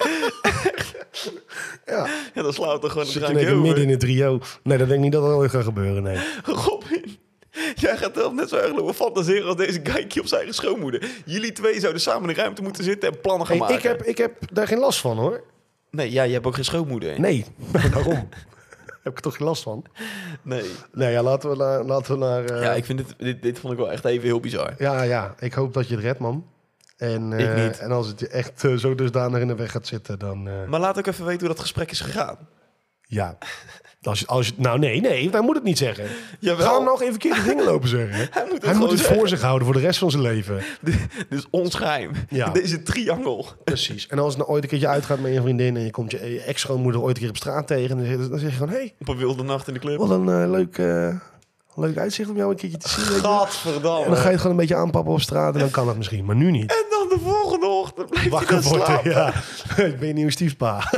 Speaker 1: Ja.
Speaker 2: Ja, dan slaat er gewoon een
Speaker 1: Zit je
Speaker 2: drankje
Speaker 1: even midden in
Speaker 2: over.
Speaker 1: het trio. Nee, dat denk ik niet dat dat ooit gaat gebeuren, nee.
Speaker 2: Robin, jij gaat wel net zo erg lopen fantaseren als deze geikie op zijn eigen schoonmoeder. Jullie twee zouden samen in de ruimte moeten zitten en plannen gaan
Speaker 1: Hey,
Speaker 2: maken.
Speaker 1: ik, heb, ik heb daar geen last van, hoor.
Speaker 2: Nee, ja, je hebt ook geen schoonmoeder.
Speaker 1: Nee, waarom? Heb ik er toch geen last van?
Speaker 2: Nee.
Speaker 1: Nee, ja, laten we naar... Laten we naar uh...
Speaker 2: Ja, ik vind dit, dit, dit vond ik wel echt even heel bizar.
Speaker 1: ja, ja, ik hoop dat je het redt, man. En, uh,
Speaker 2: Ik niet.
Speaker 1: En als het je echt uh, zo dusdanig in de weg gaat zitten, dan... Uh...
Speaker 2: Maar laat ook even weten hoe dat gesprek is gegaan.
Speaker 1: Ja. Als je, als je, nou, nee, nee, hij moet het niet zeggen.
Speaker 2: Jawel.
Speaker 1: Ga hem nog even verkeerde dingen lopen zeggen.
Speaker 2: Hij moet het,
Speaker 1: Hij moet
Speaker 2: gewoon
Speaker 1: het
Speaker 2: zeggen.
Speaker 1: voor zich houden voor de rest van zijn leven.
Speaker 2: Dit is ons geheim.
Speaker 1: Ja.
Speaker 2: Deze triangel.
Speaker 1: Precies. En als het nou ooit een keertje uitgaat met je vriendin... en je komt je ex-schoonmoeder ooit een keer op straat tegen... dan zeg, dan zeg je van, hé, hey,
Speaker 2: Op een wilde nacht in de club.
Speaker 1: wat een uh, leuk, uh, leuk uitzicht om jou een keertje te zien. weet je wel.
Speaker 2: Gadverdamme.
Speaker 1: En dan ga je het gewoon een beetje aanpappen op straat... en dan kan het misschien, maar nu niet.
Speaker 2: En dan de volgende ochtend blijft hij
Speaker 1: Wakker
Speaker 2: dan
Speaker 1: worden,
Speaker 2: slapen.
Speaker 1: ja. Ik ben je nieuwe stiefpa.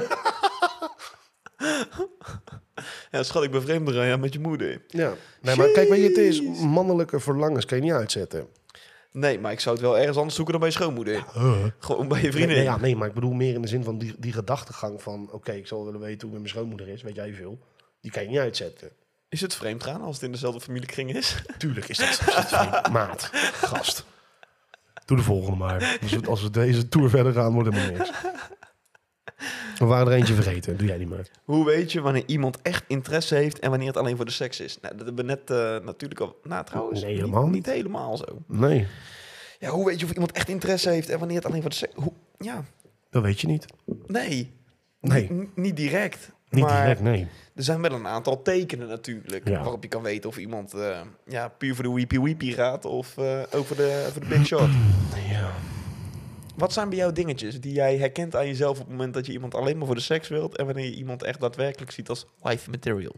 Speaker 2: Ja, schat, ik ben vreemd gegaan ja, met je moeder.
Speaker 1: Ja. Nee, maar kijk, weet je, het is... mannelijke verlangens kan je niet uitzetten.
Speaker 2: Nee, maar ik zou het wel ergens anders zoeken dan bij je schoonmoeder.
Speaker 1: Huh?
Speaker 2: Gewoon bij je
Speaker 1: Nee,
Speaker 2: vriendin.
Speaker 1: nee, ja, nee, maar ik bedoel meer in de zin van die, die gedachtegang van... oké, okay, ik zal willen weten hoe met mijn schoonmoeder is, weet jij veel. Die kan je niet uitzetten.
Speaker 2: Is het vreemd gaan als het in dezelfde familiekring is?
Speaker 1: Tuurlijk is dat, is dat vreemd. Maat, gast. Doe de volgende maar. Als we, als we deze tour verder gaan, wordt helemaal niks. We waren er eentje vergeten, doe jij niet maar.
Speaker 2: Hoe weet je wanneer iemand echt interesse heeft en wanneer het alleen voor de seks is? Nou, dat hebben we net uh, natuurlijk al... Nou, trouwens,
Speaker 1: Nee, helemaal
Speaker 2: niet,
Speaker 1: niet.
Speaker 2: niet helemaal zo.
Speaker 1: Nee,
Speaker 2: Ja, hoe weet je of iemand echt interesse heeft en wanneer het alleen voor de seks... Hoe, ja,
Speaker 1: dat weet je niet.
Speaker 2: nee.
Speaker 1: Nee.
Speaker 2: N- niet direct.
Speaker 1: Niet
Speaker 2: maar
Speaker 1: direct, nee.
Speaker 2: er zijn wel een aantal tekenen natuurlijk...
Speaker 1: Ja.
Speaker 2: waarop je kan weten of iemand uh, ja, puur voor de weepie weepie gaat... of uh, over de, over de big shot.
Speaker 1: Ja.
Speaker 2: Wat zijn bij jou dingetjes die jij herkent aan jezelf... op het moment dat je iemand alleen maar voor de seks wilt... en wanneer je iemand echt daadwerkelijk ziet als wife material?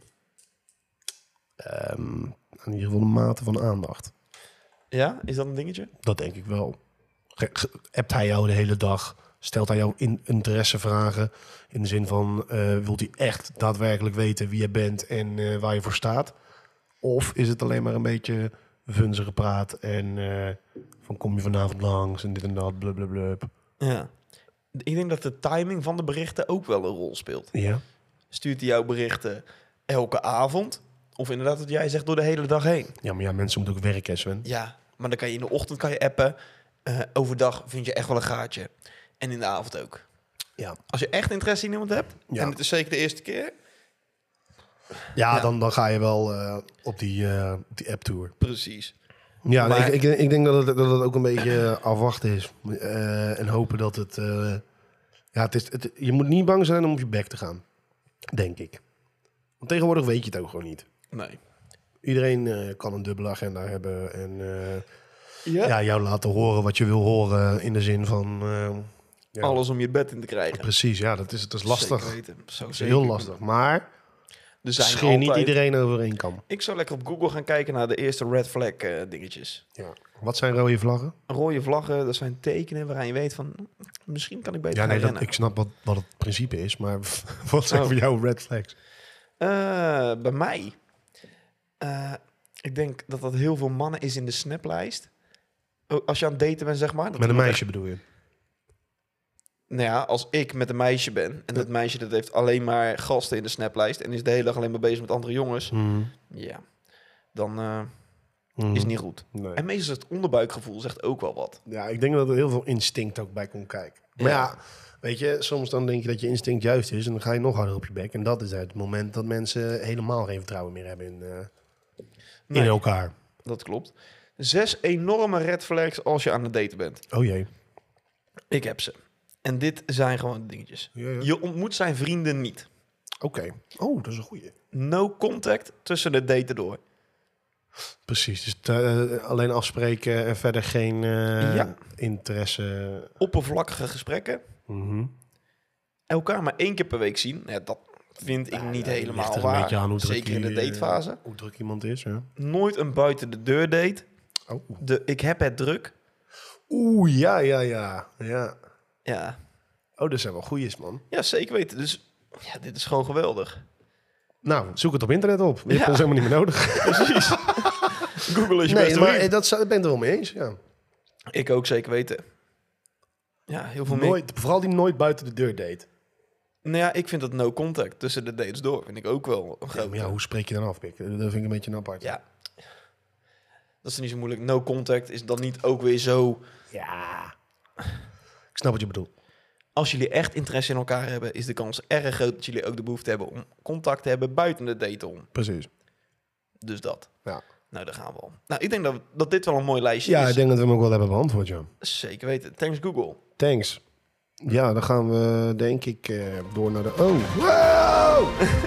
Speaker 1: Um, in ieder geval de mate van aandacht.
Speaker 2: Ja, is dat een dingetje?
Speaker 1: Dat denk ik wel. Ge- ge- Appt hij jou de hele dag? Stelt hij jou in interessevragen? In de zin van, uh, wilt hij echt daadwerkelijk weten wie je bent en uh, waar je voor staat? Of is het alleen maar een beetje vunzige praat en uh, van kom je vanavond langs en dit en dat, blablabla.
Speaker 2: Ja. Ik denk dat de timing van de berichten ook wel een rol speelt.
Speaker 1: Ja.
Speaker 2: Stuurt hij jouw berichten elke avond? Of inderdaad wat jij zegt door de hele dag heen?
Speaker 1: Ja, maar ja, mensen moeten ook werken, Sven.
Speaker 2: Ja, maar dan kan je in de ochtend kan je appen. Uh, overdag vind je echt wel een gaatje. En in de avond ook.
Speaker 1: Ja.
Speaker 2: Als je echt interesse in iemand hebt,
Speaker 1: Ja.
Speaker 2: en het is zeker de eerste keer.
Speaker 1: Ja,
Speaker 2: Ja.
Speaker 1: Dan, dan ga je wel uh, op die, uh, die app-tour.
Speaker 2: Precies.
Speaker 1: Ja,
Speaker 2: Maar-
Speaker 1: nee, ik, ik, ik denk dat het, dat het ook een beetje afwachten is. Uh, en hopen dat het... Uh, ja, het is, het, je moet niet bang zijn om op je bek te gaan. Denk ik. Want tegenwoordig weet je het ook gewoon niet.
Speaker 2: Nee.
Speaker 1: Iedereen uh, kan een dubbele agenda hebben. En uh,
Speaker 2: Ja?
Speaker 1: ja, jou laten horen wat je wil horen. In de zin van... Uh, ja,
Speaker 2: Alles om je bed in te krijgen.
Speaker 1: precies, ja, dat is, dat is lastig.
Speaker 2: Zeker weten. Zo
Speaker 1: Dat is
Speaker 2: zeker.
Speaker 1: heel lastig. Maar
Speaker 2: Er zijn
Speaker 1: scheer niet
Speaker 2: altijd-
Speaker 1: iedereen over één kam.
Speaker 2: Ik zou lekker op Google gaan kijken naar de eerste red flag uh, dingetjes.
Speaker 1: Ja. Wat zijn rode vlaggen?
Speaker 2: Rode vlaggen, dat zijn tekenen waaraan je weet van... Misschien kan ik beter
Speaker 1: Ja, nee,
Speaker 2: gaan
Speaker 1: dat,
Speaker 2: rennen.
Speaker 1: ik snap wat, wat het principe is. Maar wat zijn
Speaker 2: Oh.
Speaker 1: voor jou red flags?
Speaker 2: Uh, bij mij... Uh, ik denk dat dat heel veel mannen is in de snaplijst. Oh, als je aan het daten bent, zeg maar. dat
Speaker 1: Met een
Speaker 2: iemand
Speaker 1: meisje bedoel je?
Speaker 2: echt- Nou ja, als ik met een meisje ben... en dat meisje dat heeft alleen maar gasten in de snaplijst... en is de hele dag alleen maar bezig met andere jongens...
Speaker 1: Mm.
Speaker 2: ja, dan uh,
Speaker 1: Mm.
Speaker 2: is het niet goed.
Speaker 1: Nee.
Speaker 2: En meestal het onderbuikgevoel zegt ook wel wat.
Speaker 1: Ja, ik denk dat er heel veel instinct ook bij komt kijken. Maar ja.
Speaker 2: Ja.
Speaker 1: weet je, soms dan denk je dat je instinct juist is... en dan ga je nog harder op je bek. En dat is het moment dat mensen helemaal geen vertrouwen meer hebben in, uh,
Speaker 2: Nee,
Speaker 1: in elkaar.
Speaker 2: dat klopt. Zes enorme red flags als je aan het daten bent.
Speaker 1: Oh jee.
Speaker 2: Ik heb ze. En dit zijn gewoon dingetjes.
Speaker 1: Ja, ja.
Speaker 2: Je ontmoet zijn vrienden niet.
Speaker 1: Oké. Oh, dat is een goeie.
Speaker 2: No contact tussen de daten door.
Speaker 1: Precies, dus uh, alleen afspreken en verder geen uh,
Speaker 2: Ja.
Speaker 1: interesse.
Speaker 2: Oppervlakkige gesprekken.
Speaker 1: Mm-hmm.
Speaker 2: Elkaar maar één keer per week zien. Ja, dat vind ik
Speaker 1: Ja,
Speaker 2: niet
Speaker 1: ja, ligt
Speaker 2: helemaal
Speaker 1: er een
Speaker 2: waar.
Speaker 1: beetje aan hoe druk
Speaker 2: Zeker in de
Speaker 1: die,
Speaker 2: datefase.
Speaker 1: Uh, hoe druk iemand is, ja.
Speaker 2: Nooit een buiten de deur date.
Speaker 1: Oh.
Speaker 2: De ik heb het druk.
Speaker 1: Oeh, ja, ja, ja, ja.
Speaker 2: Ja,
Speaker 1: Oh, dat zijn wel goeie's, man.
Speaker 2: ja zeker weten. Dus ja, dit is gewoon geweldig.
Speaker 1: Nou, zoek het op internet op. Je
Speaker 2: Ja.
Speaker 1: hebt ons helemaal niet meer nodig.
Speaker 2: Precies. Google is je
Speaker 1: Nee,
Speaker 2: beste
Speaker 1: maar
Speaker 2: vriend.
Speaker 1: eh, dat zou- ik ben het er wel mee eens, ja.
Speaker 2: Ik ook zeker weten. Ja, heel veel meer.
Speaker 1: Nooit, vooral die nooit buiten de deur date.
Speaker 2: Nou ja, ik vind dat no contact tussen de dates door. Vind ik ook wel een
Speaker 1: Ja,
Speaker 2: groot.
Speaker 1: maar ja, hoe spreek je dan af, Pik? Dat vind ik een beetje een apart.
Speaker 2: Ja. Dat is niet zo moeilijk. No contact is dan niet ook weer zo...
Speaker 1: Ja. Ik snap wat je bedoelt.
Speaker 2: Als jullie echt interesse in elkaar hebben... is de kans erg groot dat jullie ook de behoefte hebben... om contact te hebben buiten de date om.
Speaker 1: Precies.
Speaker 2: Dus dat.
Speaker 1: Ja.
Speaker 2: Nou, daar gaan we al. Nou, ik denk dat, dat dit wel een mooi lijstje
Speaker 1: Ja,
Speaker 2: is.
Speaker 1: ik denk dat we hem ook wel hebben beantwoord, ja.
Speaker 2: Zeker weten. Thanks Google.
Speaker 1: Thanks. Ja, dan gaan we denk ik uh, door naar de... Oh, wow!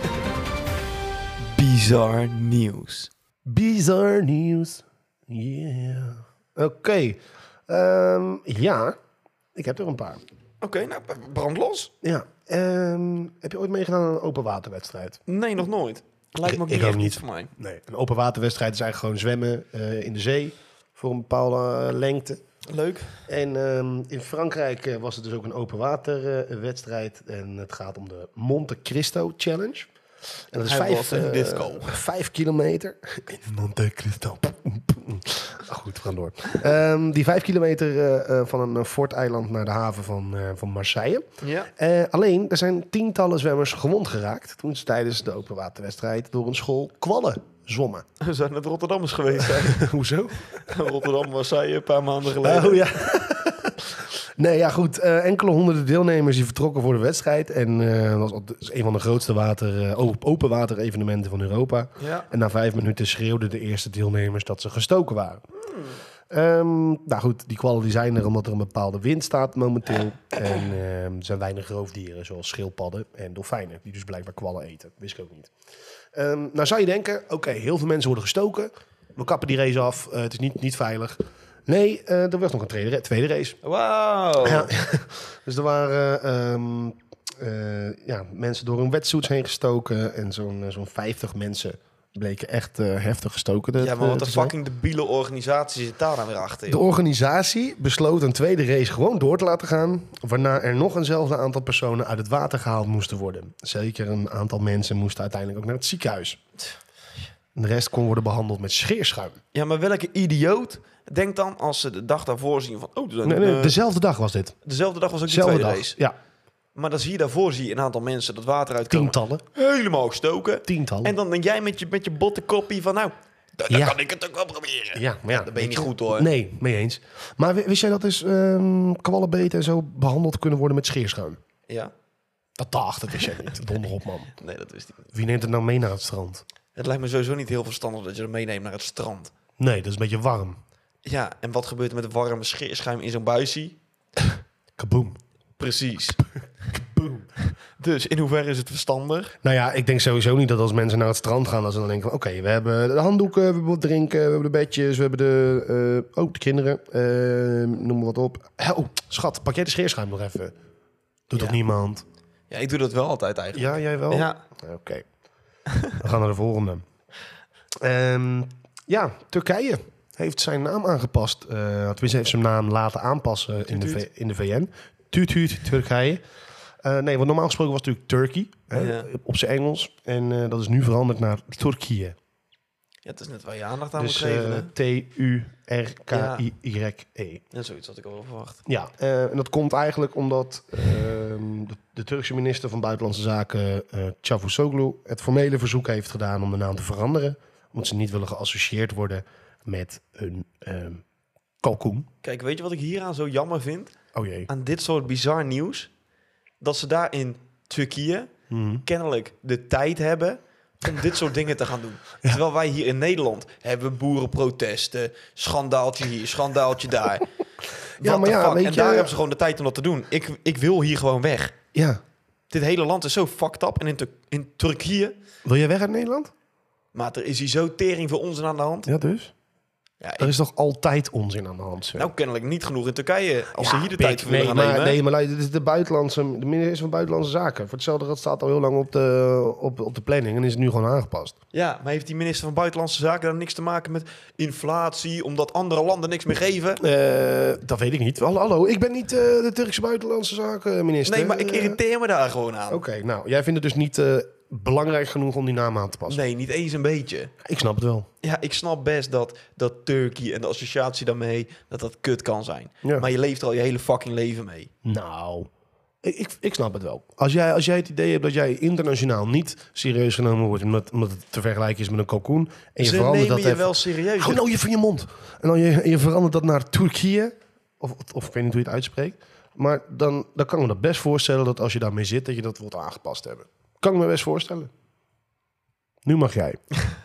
Speaker 2: Bizar nieuws.
Speaker 1: Bizar nieuws. Yeah. Oké. Okay. Um, ja, ik heb er een paar.
Speaker 2: Oké, okay, nou, brand los.
Speaker 1: Ja. Um, heb je ooit meegedaan aan een open waterwedstrijd?
Speaker 2: Nee, nog nooit. Lijkt me ook
Speaker 1: ik,
Speaker 2: niet
Speaker 1: ik
Speaker 2: echt
Speaker 1: ook niet
Speaker 2: iets voor mij.
Speaker 1: Nee, een open waterwedstrijd is eigenlijk gewoon zwemmen uh, in de zee voor een bepaalde uh, lengte.
Speaker 2: Leuk.
Speaker 1: En um, in Frankrijk uh, was het dus ook een open waterwedstrijd. Uh, en het gaat om de Monte Cristo Challenge. En dat is vijf,
Speaker 2: uh,
Speaker 1: disco. vijf kilometer. In Monte Cristo. Oh, goed, we gaan door. Um, die vijf kilometer uh, uh, van een forteiland naar de haven van, uh, van Marseille.
Speaker 2: Ja.
Speaker 1: Uh, alleen, er zijn tientallen zwemmers gewond geraakt... toen ze tijdens de open waterwedstrijd door een school kwallen zwommen.
Speaker 2: We zijn net Rotterdammers geweest zijn.
Speaker 1: Hoezo?
Speaker 2: Rotterdam was zij een paar maanden geleden.
Speaker 1: Oh ja. Nee, ja goed. Uh, enkele honderden deelnemers die vertrokken voor de wedstrijd. En uh, dat was een van de grootste water, uh, open water evenementen van Europa.
Speaker 2: Ja.
Speaker 1: En na vijf minuten schreeuwden de eerste deelnemers dat ze gestoken waren. Hmm. Um, nou goed, die kwallen die zijn er omdat er een bepaalde wind staat momenteel. En uh, er zijn weinig roofdieren zoals schildpadden en dolfijnen. Die dus blijkbaar kwallen eten. Wist ik ook niet. Um, nou zou je denken, oké, okay, heel veel mensen worden gestoken. We kappen die race af. Uh, het is niet, niet veilig. Nee, uh, er was nog een tweede, tweede race.
Speaker 2: Wauw.
Speaker 1: Ja, dus er waren um, uh, ja, mensen door hun wetsuits heen gestoken. En zo'n zo'n vijftig mensen bleken echt uh, heftig gestoken.
Speaker 2: Ja, maar wat een fucking debiele organisatie zit daar dan weer achter.
Speaker 1: De organisatie besloot een tweede race gewoon door te laten gaan. Waarna er nog eenzelfde aantal personen uit het water gehaald moesten worden. Zeker een aantal mensen moesten uiteindelijk ook naar het ziekenhuis. De rest kon worden behandeld met scheerschuim.
Speaker 2: Ja, maar welke idioot denkt dan als ze de dag daarvoor zien van... Oh,
Speaker 1: nee, nee, uh, dezelfde dag was dit.
Speaker 2: Dezelfde dag was ook de
Speaker 1: Dezelfde
Speaker 2: tweede
Speaker 1: dag,
Speaker 2: race.
Speaker 1: ja.
Speaker 2: Maar dan zie je daarvoor zie je een aantal mensen dat water uitkomen.
Speaker 1: Tientallen.
Speaker 2: Helemaal gestoken.
Speaker 1: Tientallen.
Speaker 2: En dan denk jij met je, met je botte koppie van... Nou, dan, dan
Speaker 1: ja.
Speaker 2: kan ik het ook wel proberen.
Speaker 1: Ja, maar ja,
Speaker 2: dan ben je niet
Speaker 1: je,
Speaker 2: goed hoor.
Speaker 1: Nee, mee eens. Maar wist jij dat dus um, kwallenbeten en zo behandeld kunnen worden met scheerschuim?
Speaker 2: Ja.
Speaker 1: Dat dacht, dat wist jij niet. Donder op, man.
Speaker 2: Nee, dat wist ik niet.
Speaker 1: Wie neemt het nou mee naar het strand?
Speaker 2: Het lijkt me sowieso niet heel verstandig dat je het meeneemt naar het strand.
Speaker 1: Nee, dat is een beetje warm.
Speaker 2: Ja, en wat gebeurt er met warme scheerschuim in zo'n buisje?
Speaker 1: Kaboom.
Speaker 2: Precies.
Speaker 1: Kaboom.
Speaker 2: Dus in hoeverre is het verstandig?
Speaker 1: Nou ja, ik denk sowieso niet dat als mensen naar het strand gaan... dat ze dan denken van, oké, okay, we hebben de handdoeken, we hebben wat drinken... we hebben de bedjes, we hebben de... Uh, oh, de kinderen. Uh, noem maar wat op. Oh, schat, pak jij de scheerschuim nog even? Doet
Speaker 2: ja.
Speaker 1: toch niemand?
Speaker 2: Ja, ik doe dat wel altijd eigenlijk.
Speaker 1: Ja, jij wel?
Speaker 2: Ja.
Speaker 1: Oké. Okay. We gaan naar de volgende. Um, ja, Turkije heeft zijn naam aangepast. Uh, tenminste, heeft zijn naam laten aanpassen in de, v- in de V N. Tuut, tuut, Turkije. Uh, nee, want normaal gesproken was het natuurlijk Turkey. Hè,
Speaker 2: ja.
Speaker 1: op zijn Engels. En uh, dat is nu veranderd naar Turkije.
Speaker 2: Ja, het is net waar je aandacht aan
Speaker 1: Dus
Speaker 2: moet geven,
Speaker 1: uh,
Speaker 2: hè?
Speaker 1: T U R K I Y E.
Speaker 2: Ja, zoiets had ik al wel verwacht.
Speaker 1: Ja, uh, en dat komt eigenlijk omdat uh, de, de Turkse minister van Buitenlandse Zaken, uh, Çavuşoğlu, het formele verzoek heeft gedaan om de naam te veranderen. Omdat ze niet willen geassocieerd worden met een uh, kalkoen.
Speaker 2: Kijk, weet je wat ik hieraan zo jammer vind?
Speaker 1: Oh jee.
Speaker 2: Aan dit soort bizar nieuws? Dat ze daar in Turkije
Speaker 1: Mm.
Speaker 2: kennelijk de tijd hebben om dit soort dingen te gaan doen. Ja. Terwijl wij hier in Nederland hebben boerenprotesten, schandaaltje hier, schandaaltje daar.
Speaker 1: Ja, maar ja, weet
Speaker 2: en
Speaker 1: je,
Speaker 2: daar hebben ze gewoon de tijd om dat te doen. Ik, ik wil hier gewoon weg.
Speaker 1: Ja.
Speaker 2: Dit hele land is zo fucked up. En in, Tur- in Turkije...
Speaker 1: Wil jij weg uit Nederland?
Speaker 2: Maar er is hier zo tering voor onzin aan de hand.
Speaker 1: Ja, dus?
Speaker 2: Ja,
Speaker 1: er is toch altijd onzin aan de hand? Zo.
Speaker 2: Nou, kennelijk niet genoeg in Turkije. Als
Speaker 1: ja,
Speaker 2: ze hier de
Speaker 1: pik,
Speaker 2: tijd voor
Speaker 1: nee,
Speaker 2: willen
Speaker 1: maar,
Speaker 2: gaan nemen.
Speaker 1: Nee, maar dit is de buitenlandse, de minister van Buitenlandse Zaken. Voor hetzelfde dat staat al heel lang op de, op, op de planning en is het nu gewoon aangepast.
Speaker 2: Ja, maar heeft die minister van Buitenlandse Zaken daar niks te maken met inflatie, omdat andere landen niks meer geven?
Speaker 1: Uh, dat weet ik niet. Hallo, hallo. Ik ben niet uh, de Turkse Buitenlandse Zaken minister.
Speaker 2: Nee, maar ik irriteer me daar gewoon aan.
Speaker 1: Oké, okay, nou, jij vindt het dus niet uh, belangrijk genoeg om die naam aan te passen?
Speaker 2: Nee, niet eens een beetje.
Speaker 1: Ik snap het wel.
Speaker 2: Ja, ik snap best dat, dat Turkey en de associatie daarmee, dat dat kut kan zijn.
Speaker 1: Ja. Maar
Speaker 2: je leeft er al je hele fucking leven mee.
Speaker 1: Nou, ik, ik, ik snap het wel. Als jij, als jij het idee hebt dat jij internationaal niet serieus genomen wordt, omdat, omdat het te vergelijken is met een kalkoen. En je
Speaker 2: Ze
Speaker 1: verandert
Speaker 2: nemen
Speaker 1: dat
Speaker 2: je wel serieus.
Speaker 1: Hou nou je van je mond. En dan je, je verandert dat naar Turkije. Of, of ik weet niet hoe je het uitspreekt. Maar dan, dan kan ik me dat best voorstellen dat als je daarmee zit, dat je dat wilt aangepast hebben. Kan ik me best voorstellen. Nu mag jij.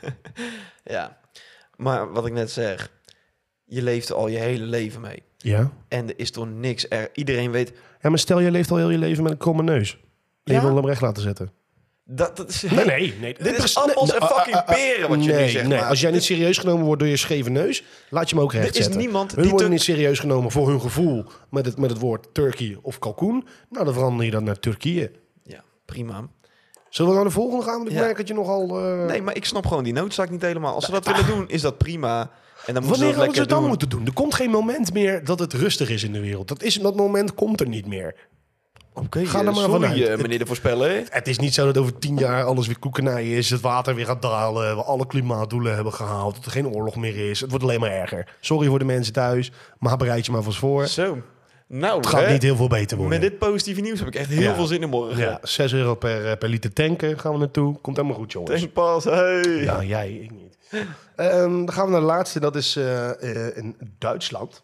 Speaker 2: Ja, maar wat ik net zeg, je leeft er al je hele leven mee.
Speaker 1: Ja.
Speaker 2: En er is toch niks er. Iedereen weet.
Speaker 1: Ja, maar stel je leeft al heel je leven met een kromme neus. En je
Speaker 2: Ja?
Speaker 1: wil hem recht laten zetten.
Speaker 2: Dat, dat is,
Speaker 1: Nee, nee, nee.
Speaker 2: Dit is appels en fucking peren wat je
Speaker 1: nee,
Speaker 2: nu zegt.
Speaker 1: Nee,
Speaker 2: maar.
Speaker 1: als jij niet
Speaker 2: Dit,
Speaker 1: serieus genomen wordt door je scheve neus, laat je hem ook recht
Speaker 2: er is
Speaker 1: zetten.
Speaker 2: niemand
Speaker 1: Hun
Speaker 2: die
Speaker 1: worden
Speaker 2: te-
Speaker 1: niet serieus genomen voor hun gevoel met het, met het woord Turkey of kalkoen. Nou, dan verander je dat naar Turkije.
Speaker 2: Ja, prima.
Speaker 1: Zullen we naar de volgende gaan? Want ik
Speaker 2: Ja.
Speaker 1: merk dat je nogal... Uh...
Speaker 2: Nee, maar ik snap gewoon die noodzaak niet helemaal. Als ze dat willen doen, is dat prima. En dan moeten
Speaker 1: Wanneer
Speaker 2: ze dat
Speaker 1: hadden ze
Speaker 2: lekker
Speaker 1: het dan
Speaker 2: doen.
Speaker 1: moeten doen? Er komt geen moment meer dat het rustig is in de wereld. Dat, is, dat moment komt er niet meer.
Speaker 2: Oké, okay,
Speaker 1: Ga er maar
Speaker 2: sorry,
Speaker 1: vanuit.
Speaker 2: uh, meneer de voorspeller.
Speaker 1: Het is niet zo dat over tien jaar alles weer koekenij is. Het water weer gaat dalen. We alle klimaatdoelen hebben gehaald. Dat er geen oorlog meer is. Het wordt alleen maar erger. Sorry voor de mensen thuis. Maar bereid je maar vast voor.
Speaker 2: Zo. Nou,
Speaker 1: Het gaat
Speaker 2: hè?
Speaker 1: niet heel veel beter worden.
Speaker 2: Met dit positieve nieuws heb ik echt heel
Speaker 1: Ja.
Speaker 2: veel zin in morgen.
Speaker 1: Ja, zes euro per, per liter tanken gaan we naartoe. Komt helemaal goed, jongens.
Speaker 2: Tankpas, hey.
Speaker 1: Ja, jij, ik niet. um, dan gaan we naar de laatste. Dat is uh, uh, in Duitsland.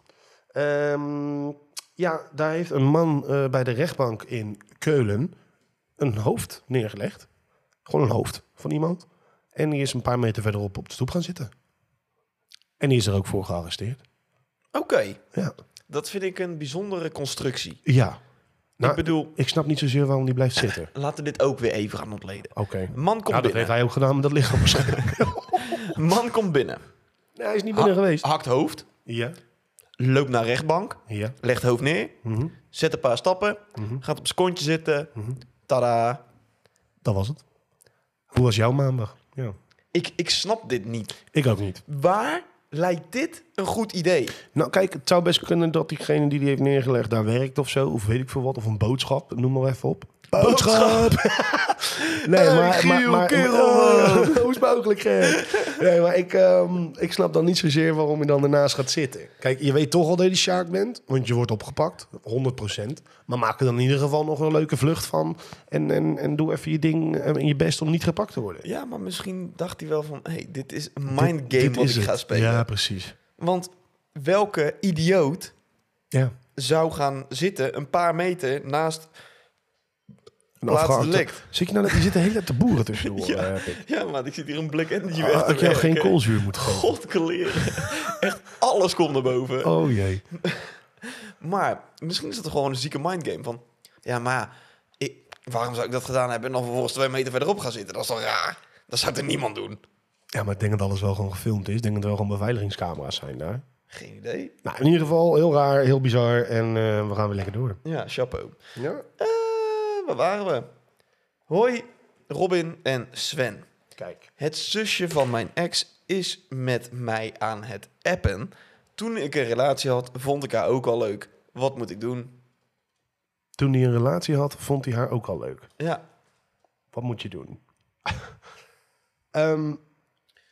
Speaker 1: Um, ja, daar heeft een man uh, bij de rechtbank in Keulen een hoofd neergelegd. Gewoon een hoofd van iemand. En die is een paar meter verderop op de stoep gaan zitten. En die is er ook voor gearresteerd.
Speaker 2: Oké. Okay.
Speaker 1: Ja.
Speaker 2: Dat vind ik een bijzondere constructie.
Speaker 1: Ja. Nou,
Speaker 2: ik bedoel...
Speaker 1: Ik snap niet zozeer waarom die blijft zitten.
Speaker 2: Laten we dit ook weer even gaan ontleden.
Speaker 1: Oké. Okay.
Speaker 2: Man komt
Speaker 1: ja, dat
Speaker 2: binnen.
Speaker 1: heeft hij ook gedaan met dat lichaam waarschijnlijk.
Speaker 2: Man komt binnen.
Speaker 1: Nee, hij is niet binnen
Speaker 2: ha-
Speaker 1: geweest.
Speaker 2: Hakt hoofd.
Speaker 1: Ja.
Speaker 2: Loopt naar rechtbank.
Speaker 1: Ja.
Speaker 2: Legt hoofd neer.
Speaker 1: Mm-hmm.
Speaker 2: Zet een paar stappen.
Speaker 1: Mm-hmm.
Speaker 2: Gaat op zijn kontje zitten.
Speaker 1: Mm-hmm.
Speaker 2: Tada.
Speaker 1: Dat was het. Hoe was jouw maandag? Ja.
Speaker 2: Ik, ik snap dit niet.
Speaker 1: Ik ook niet.
Speaker 2: Waar lijkt dit een goed idee?
Speaker 1: Nou kijk, het zou best kunnen dat diegene die die heeft neergelegd daar werkt of zo. Of weet ik veel wat. Of een boodschap. Noem maar even op. Boodschap! nee,
Speaker 2: Hey,
Speaker 1: maar...
Speaker 2: Giel,
Speaker 1: maar, maar,
Speaker 2: kerel.
Speaker 1: maar oh, hoe is het mogelijk? Hè? Nee, maar ik, um, ik snap dan niet zozeer waarom je dan ernaast gaat zitten. Kijk, je weet toch al dat je sjaak bent. Want je wordt opgepakt. honderd procent. Maar maak er dan in ieder geval nog een leuke vlucht van. En, en, en doe even je ding en je best om niet gepakt te worden.
Speaker 2: Ja, maar misschien dacht hij wel van... hey, dit is een mind
Speaker 1: Dit-
Speaker 2: game
Speaker 1: dit
Speaker 2: wat
Speaker 1: is
Speaker 2: ik ga
Speaker 1: het.
Speaker 2: spelen.
Speaker 1: Ja, precies.
Speaker 2: Want welke idioot
Speaker 1: Ja.
Speaker 2: zou gaan zitten een paar meter naast
Speaker 1: Een
Speaker 2: plaats
Speaker 1: afgehaakte-
Speaker 2: delict?
Speaker 1: Zit je nou, je zit de hele tijd te boeren tussendoor.
Speaker 2: Ja.
Speaker 1: eh, Pik.
Speaker 2: Ja, maar ik zit hier een blik energy
Speaker 1: Ah,
Speaker 2: weg te
Speaker 1: had je al geen
Speaker 2: werken.
Speaker 1: koolzuur moeten geven?
Speaker 2: Godkleren. Echt, alles komt naar boven.
Speaker 1: Oh jee.
Speaker 2: Maar misschien is het gewoon een zieke mindgame van... Ja, maar ik, waarom zou ik dat gedaan hebben en dan vervolgens twee meter verderop gaan zitten? Dat is toch raar? Dat zou er niemand doen.
Speaker 1: Ja, maar ik denk dat alles wel gewoon gefilmd is. Ik denk dat er wel gewoon beveiligingscamera's zijn daar.
Speaker 2: Geen idee.
Speaker 1: Nou, in ieder geval heel raar, heel bizar. En uh, we gaan weer lekker door.
Speaker 2: Ja, chapeau.
Speaker 1: Ja.
Speaker 2: Uh, waar waren we? Hoi, Robin en Sven.
Speaker 1: Kijk.
Speaker 2: Het zusje van mijn ex is met mij aan het appen. Toen ik een relatie had, vond ik haar ook al leuk. Wat moet ik doen?
Speaker 1: Toen hij een relatie had, vond hij haar ook al leuk.
Speaker 2: Ja.
Speaker 1: Wat moet je doen? um,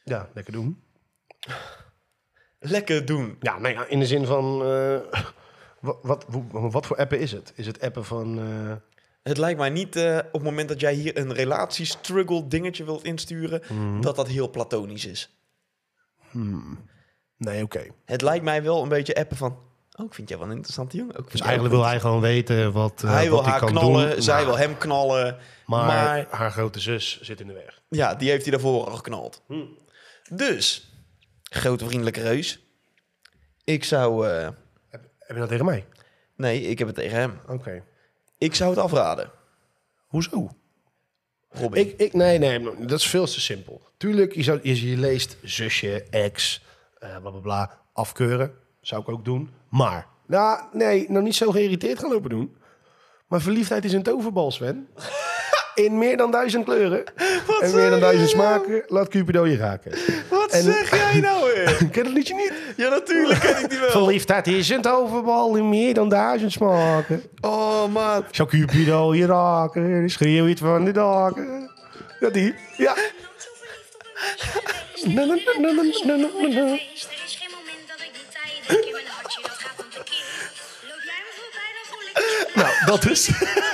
Speaker 1: Ja, lekker doen.
Speaker 2: Lekker doen.
Speaker 1: Ja, nou ja, in de zin van... Uh, wat, wat, wat voor appen is het? Is het appen van... Uh...
Speaker 2: Het lijkt mij niet uh, op het moment dat jij hier een relatiestruggle dingetje wilt insturen... Mm. dat dat heel platonisch is.
Speaker 1: Hmm. Nee, oké. Okay.
Speaker 2: Het lijkt mij wel een beetje appen van... Oh, ik vind jij wel een interessante jongen. Ook
Speaker 1: dus eigenlijk wil hij gewoon weten wat, uh,
Speaker 2: hij
Speaker 1: wat
Speaker 2: wil haar
Speaker 1: kan
Speaker 2: knallen,
Speaker 1: doen.
Speaker 2: zij
Speaker 1: maar,
Speaker 2: wil hem knallen.
Speaker 1: Maar,
Speaker 2: maar
Speaker 1: haar grote zus zit in de weg.
Speaker 2: Ja, die heeft hij daarvoor al geknald.
Speaker 1: Hmm.
Speaker 2: Dus, grote vriendelijke reus. Ik zou... Uh...
Speaker 1: Heb, heb je dat tegen mij?
Speaker 2: Nee, ik heb het tegen hem.
Speaker 1: Oké. Okay.
Speaker 2: Ik zou het afraden.
Speaker 1: Hoezo?
Speaker 2: Robin.
Speaker 1: Ik, ik, nee, nee, dat is veel te simpel. Tuurlijk, je, zou, je, je leest zusje, ex, uh, bla bla bla, afkeuren. Zou ik ook doen. Maar, nou, nee, nou niet zo geïrriteerd gaan lopen doen. Maar verliefdheid is een toverbal, Sven. In meer dan duizend kleuren. Wat en meer dan duizend smaken. Nou? Laat Cupido je raken.
Speaker 2: Wat en, zeg jij nou weer?
Speaker 1: Ken dat liedje niet?
Speaker 2: Ja, natuurlijk ken ik die wel.
Speaker 1: Verliefdheid is een toverbal in meer dan duizend smaken.
Speaker 2: Oh, maat.
Speaker 1: Zou Cupido je raken? Schreeuw iets van de daken. Ja, die. Ja. Na, na, na, na, na, na, na. Er is geen moment dat ik niet tijd in mijn hartje dat gaat om te keren. Loop jij me voorbij, dan voel ik... Nou, dat is...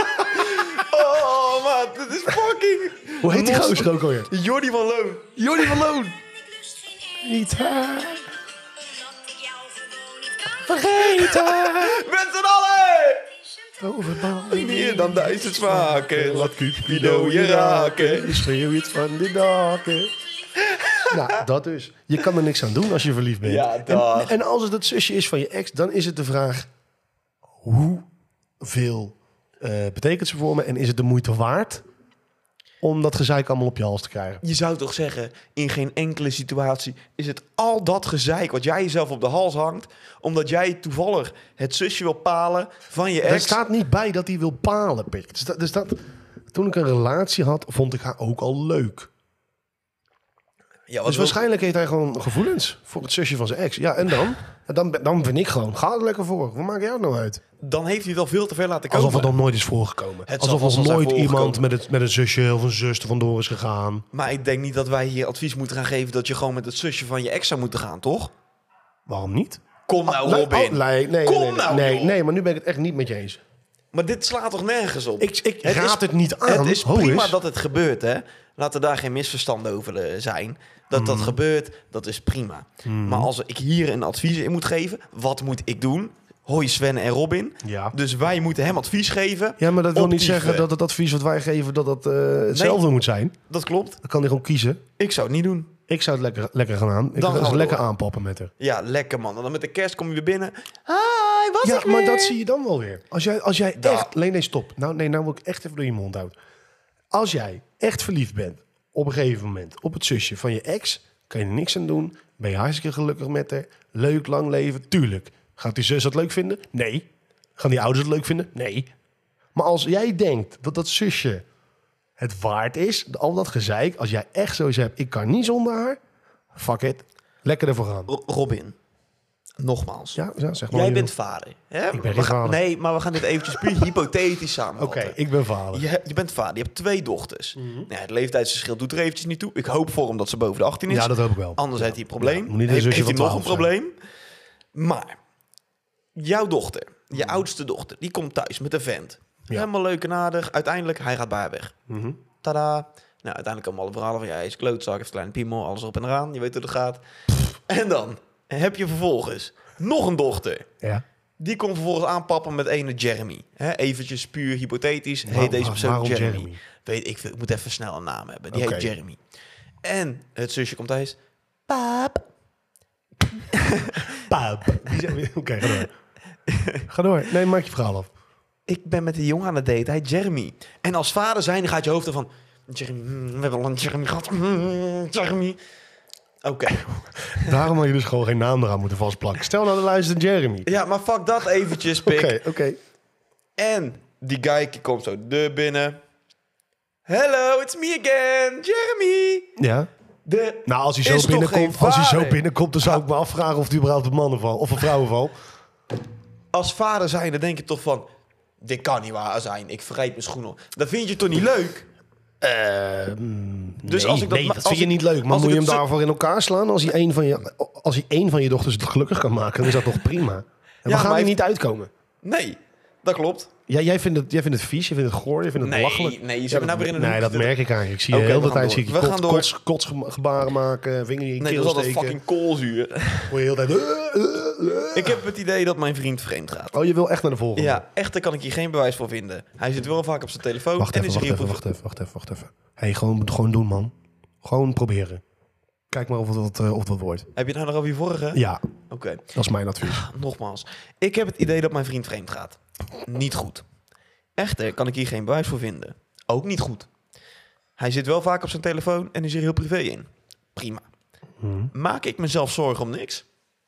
Speaker 2: Oh, maat, dit is fucking...
Speaker 1: Hoe heet die gozer ook alweer?
Speaker 2: Jordi van Loon.
Speaker 1: Jordi van Loon. Niet haar. Vergeten.
Speaker 2: Met z'n allen.
Speaker 1: Overbal.
Speaker 2: Meer dan duizend smaken. Laat Cupido je raken.
Speaker 1: Schreeuw je het van de daken. Nou, dat dus. Je kan er niks aan doen als je verliefd bent.
Speaker 2: Ja, dag.
Speaker 1: En, en als het het zusje is van je ex, dan is het de vraag... hoeveel uh, betekent ze voor me? En is het de moeite waard om dat gezeik allemaal op je hals te krijgen?
Speaker 2: Je zou toch zeggen, in geen enkele situatie is het al dat gezeik wat jij jezelf op de hals hangt, omdat jij toevallig het zusje wil palen van je ex.
Speaker 1: Er staat niet bij dat hij wil palen, Pik. Er staat, er staat, toen ik een relatie had, vond ik haar ook al leuk. Ja, dus waarschijnlijk heeft hij gewoon gevoelens voor het zusje van zijn ex. Ja, en dan? Dan, dan vind ik gewoon, ga er lekker voor. Wat maakt jou het nou uit?
Speaker 2: Dan heeft hij het al veel te ver laten komen.
Speaker 1: Alsof het dan nooit is voorgekomen. Het Alsof er nooit iemand met, het, met een zusje of een zuster vandoor is gegaan.
Speaker 2: Maar ik denk niet dat wij hier advies moeten gaan geven dat je gewoon met het zusje van je ex zou moeten gaan, toch?
Speaker 1: Waarom niet?
Speaker 2: Kom nou, Robin.
Speaker 1: Oh, nee, nee,
Speaker 2: Kom
Speaker 1: nee,
Speaker 2: nou,
Speaker 1: nee, nee, maar nu ben ik het echt niet met je eens.
Speaker 2: Maar dit slaat toch nergens op?
Speaker 1: Ik, ik
Speaker 2: het
Speaker 1: raad
Speaker 2: is,
Speaker 1: het niet aan.
Speaker 2: Het is prima
Speaker 1: is.
Speaker 2: dat het gebeurt, hè. Laten daar geen misverstanden over zijn. Dat dat mm. gebeurt, dat is prima. Mm. Maar als ik hier een advies in moet geven, wat moet ik doen? Hoi Sven en Robin.
Speaker 1: Ja.
Speaker 2: Dus wij moeten hem advies geven.
Speaker 1: Ja, maar dat wil niet zeggen dat het advies wat wij geven, dat dat uh, hetzelfde nee, moet zijn.
Speaker 2: Dat klopt.
Speaker 1: Dan kan hij gewoon kiezen.
Speaker 2: Ik zou het niet doen.
Speaker 1: Ik zou het lekker, lekker gaan aan. Ik zou het lekker door. aanpappen met haar.
Speaker 2: Ja, lekker man. En dan met de kerst kom je weer binnen. Hi, was
Speaker 1: ja,
Speaker 2: ik
Speaker 1: maar
Speaker 2: weer?
Speaker 1: dat zie je dan wel weer. Als jij, als jij echt... Nee, nee, stop. Nou, nee, nou wil ik echt even door je mond houden. Als jij echt verliefd bent, op een gegeven moment, op het zusje van je ex, kan je er niks aan doen. Ben je hartstikke gelukkig met haar. Leuk, lang leven. Tuurlijk. Gaat die zus dat leuk vinden? Nee. Gaan die ouders het leuk vinden? Nee. Maar als jij denkt dat dat zusje het waard is, al dat gezeik, als jij echt zoiets hebt, ik kan niet zonder haar, fuck it. Lekker ervoor gaan.
Speaker 2: Robin, nogmaals.
Speaker 1: Ja, ja, zeg maar.
Speaker 2: Jij bent vader. Hè?
Speaker 1: Ik ben
Speaker 2: geen
Speaker 1: vader.
Speaker 2: Nee, maar we gaan dit eventjes puur hypothetisch samenvatten.
Speaker 1: Oké, okay, ik ben vader.
Speaker 2: Je, je bent vader, je hebt twee dochters.
Speaker 1: Mm-hmm.
Speaker 2: Nou, het leeftijdsverschil doet er eventjes niet toe. Ik hoop voor hem dat ze boven de achttien is.
Speaker 1: Ja, dat hoop ik wel.
Speaker 2: Anders
Speaker 1: ja.
Speaker 2: heeft hij een probleem.
Speaker 1: Ja, niet
Speaker 2: heeft heeft hij nog een
Speaker 1: zijn.
Speaker 2: probleem. Maar, jouw dochter, je mm. oudste dochter, die komt thuis met een vent. Ja. Helemaal leuk en aardig. Uiteindelijk, hij gaat bij haar weg.
Speaker 1: Mm-hmm.
Speaker 2: Tada. Nou, uiteindelijk komen alle verhalen van... Ja, hij is klootzak, heeft een kleine piemel, alles op en eraan. Je weet hoe het gaat. En dan heb je vervolgens nog een dochter.
Speaker 1: Ja.
Speaker 2: Die komt vervolgens aanpappen met ene Jeremy. He, eventjes puur hypothetisch.
Speaker 1: Waar,
Speaker 2: heet deze persoon Jeremy.
Speaker 1: Jeremy?
Speaker 2: Weet ik, ik moet even snel een naam hebben. Die
Speaker 1: okay.
Speaker 2: heet Jeremy. En het zusje komt thuis. Paap.
Speaker 1: Paap. Oké, okay, ga door. Ga door. Nee, maak je verhaal af.
Speaker 2: Ik ben met die jongen aan het daten. Hij heet Jeremy. En als vader zijn gaat je hoofd ervan... Jeremy, we hebben al een Jeremy gehad. Jeremy. Oké. Okay.
Speaker 1: Daarom had je dus gewoon geen naam eraan moeten vastplakken. Stel nou de luistert Jeremy.
Speaker 2: Ja, maar fuck dat eventjes, pik.
Speaker 1: Oké, okay, oké. Okay.
Speaker 2: En die guy komt zo de binnen. Hello, it's me again, Jeremy.
Speaker 1: Ja.
Speaker 2: De
Speaker 1: nou, als hij, zo binnenkomt, als hij zo binnenkomt, dan zou ik me afvragen of hij überhaupt een mannen valt of een vrouwen valt.
Speaker 2: Als vader zijn, dan denk je toch van... Dit kan niet waar zijn. Ik vergeet mijn schoenen. Dat vind je toch niet leuk?
Speaker 1: Uh, mm,
Speaker 2: Dus
Speaker 1: nee,
Speaker 2: als ik dat,
Speaker 1: nee,
Speaker 2: ma-
Speaker 1: dat
Speaker 2: als
Speaker 1: vind je
Speaker 2: ik-
Speaker 1: niet leuk. Maar
Speaker 2: als
Speaker 1: moet
Speaker 2: ik
Speaker 1: je hem
Speaker 2: het zo-
Speaker 1: daarvoor in elkaar slaan? Als hij één van je, als hij één van je dochters gelukkig kan maken, dan is dat toch prima? En we
Speaker 2: maar
Speaker 1: gaan er
Speaker 2: hij
Speaker 1: niet uitkomen.
Speaker 2: Nee, dat klopt.
Speaker 1: Ja, jij, vindt het, jij vindt het vies, je vindt het goor, je vindt het
Speaker 2: Nee,
Speaker 1: belachelijk.
Speaker 2: nee, je
Speaker 1: Ja,
Speaker 2: zit me nou weer in een
Speaker 1: Nee,
Speaker 2: hoek
Speaker 1: dat
Speaker 2: te-
Speaker 1: merk ik eigenlijk. Ik zie
Speaker 2: Oké,
Speaker 1: je de
Speaker 2: we
Speaker 1: hele
Speaker 2: gaan
Speaker 1: tijd
Speaker 2: door.
Speaker 1: zie ik je
Speaker 2: We
Speaker 1: kot,
Speaker 2: gaan door.
Speaker 1: kots, kotsgebaren maken, vinger in je
Speaker 2: Nee,
Speaker 1: keel
Speaker 2: dat is altijd
Speaker 1: steken.
Speaker 2: fucking koolzuur.
Speaker 1: Hoor je heel de tijd... "Uh, uh, uh."
Speaker 2: Ik heb het idee dat mijn vriend vreemd gaat.
Speaker 1: Oh, je wil echt naar de volgende?
Speaker 2: Ja, echter kan ik hier geen bewijs voor vinden. Hij zit wel vaak op zijn telefoon
Speaker 1: Wacht
Speaker 2: en
Speaker 1: even,
Speaker 2: is
Speaker 1: wacht
Speaker 2: hier
Speaker 1: even, wacht even, wacht even, wacht even. Hé, hey, gewoon, gewoon doen, man. Gewoon proberen. Kijk maar of het wat, uh, of het wat wordt.
Speaker 2: Heb je het nou nog over je vorige?
Speaker 1: Ja,
Speaker 2: Oké.
Speaker 1: dat is mijn advies.
Speaker 2: Nogmaals, ik heb het idee dat mijn vriend vreemd gaat. Niet goed. Echter kan ik hier geen bewijs voor vinden. Ook niet goed. Hij zit wel vaak op zijn telefoon en is er heel privé in. Prima.
Speaker 1: Hmm.
Speaker 2: Maak ik mezelf zorgen om niks?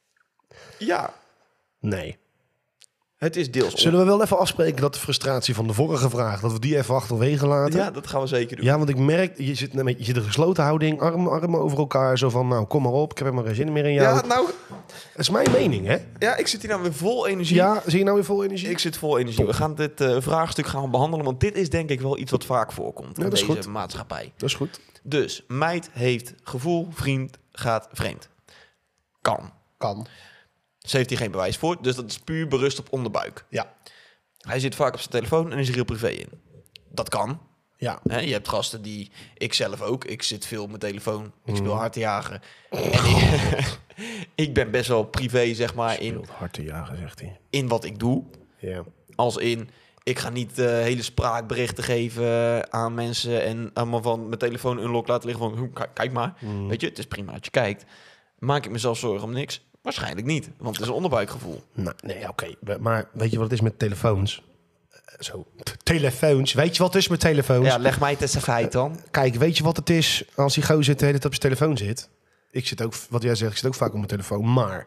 Speaker 2: Ja,
Speaker 1: Nee.
Speaker 2: het is deels... on-
Speaker 1: Zullen we wel even afspreken dat de frustratie van de vorige vraag, dat we die even achterwege laten?
Speaker 2: Ja, dat gaan we zeker doen.
Speaker 1: Ja, want ik merk, je zit, een beetje- je zit in een gesloten houding, armen, armen over elkaar, zo van, nou, kom maar op, ik heb helemaal geen zin meer in jou.
Speaker 2: Ja, nou,
Speaker 1: Dat is mijn mening, hè?
Speaker 2: ja, ik zit hier nou weer vol energie.
Speaker 1: Ja, zie je nou weer vol energie?
Speaker 2: Ik zit vol energie. We gaan dit eh, vraagstuk gaan we behandelen, want dit is denk ik wel iets wat vaak voorkomt
Speaker 1: Ja,
Speaker 2: in
Speaker 1: dat is
Speaker 2: deze
Speaker 1: goed.
Speaker 2: maatschappij.
Speaker 1: Dat is goed.
Speaker 2: Dus, meid heeft gevoel, vriend gaat vreemd. Kan.
Speaker 1: Kan.
Speaker 2: Ze heeft hier geen bewijs voor, dus dat is puur berust op onderbuik.
Speaker 1: Ja.
Speaker 2: Hij zit vaak op zijn telefoon en is er heel privé in. Dat kan.
Speaker 1: Ja.
Speaker 2: Hè? Je hebt gasten die... Ik zelf ook. Ik zit veel op mijn telefoon. Ik speel
Speaker 1: Mm.
Speaker 2: hard te jagen. En ik, ik ben best wel privé, zeg maar, in,
Speaker 1: Speelt hard te jagen, zegt hij.
Speaker 2: in wat ik doe.
Speaker 1: Ja.
Speaker 2: Als in... Ik ga niet uh, hele spraakberichten geven aan mensen en allemaal van mijn telefoon unlock laten liggen van "Hm, k- kijk maar.
Speaker 1: Mm.
Speaker 2: Weet je, het is prima dat je kijkt. Maak ik mezelf zorgen om niks? Waarschijnlijk niet, want het is een onderbuikgevoel.
Speaker 1: Nou, nee, oké. Maar weet je wat het is met telefoons? Eh, Zo, T- telefoons. Weet je wat het is met telefoons?
Speaker 2: Ja, leg mij het eens even uit dan.
Speaker 1: Kijk, weet je wat het is als die gozer de hele tijd op zijn telefoon zit? Ik zit ook, wat jij zegt, ik zit ook vaak op mijn telefoon. Maar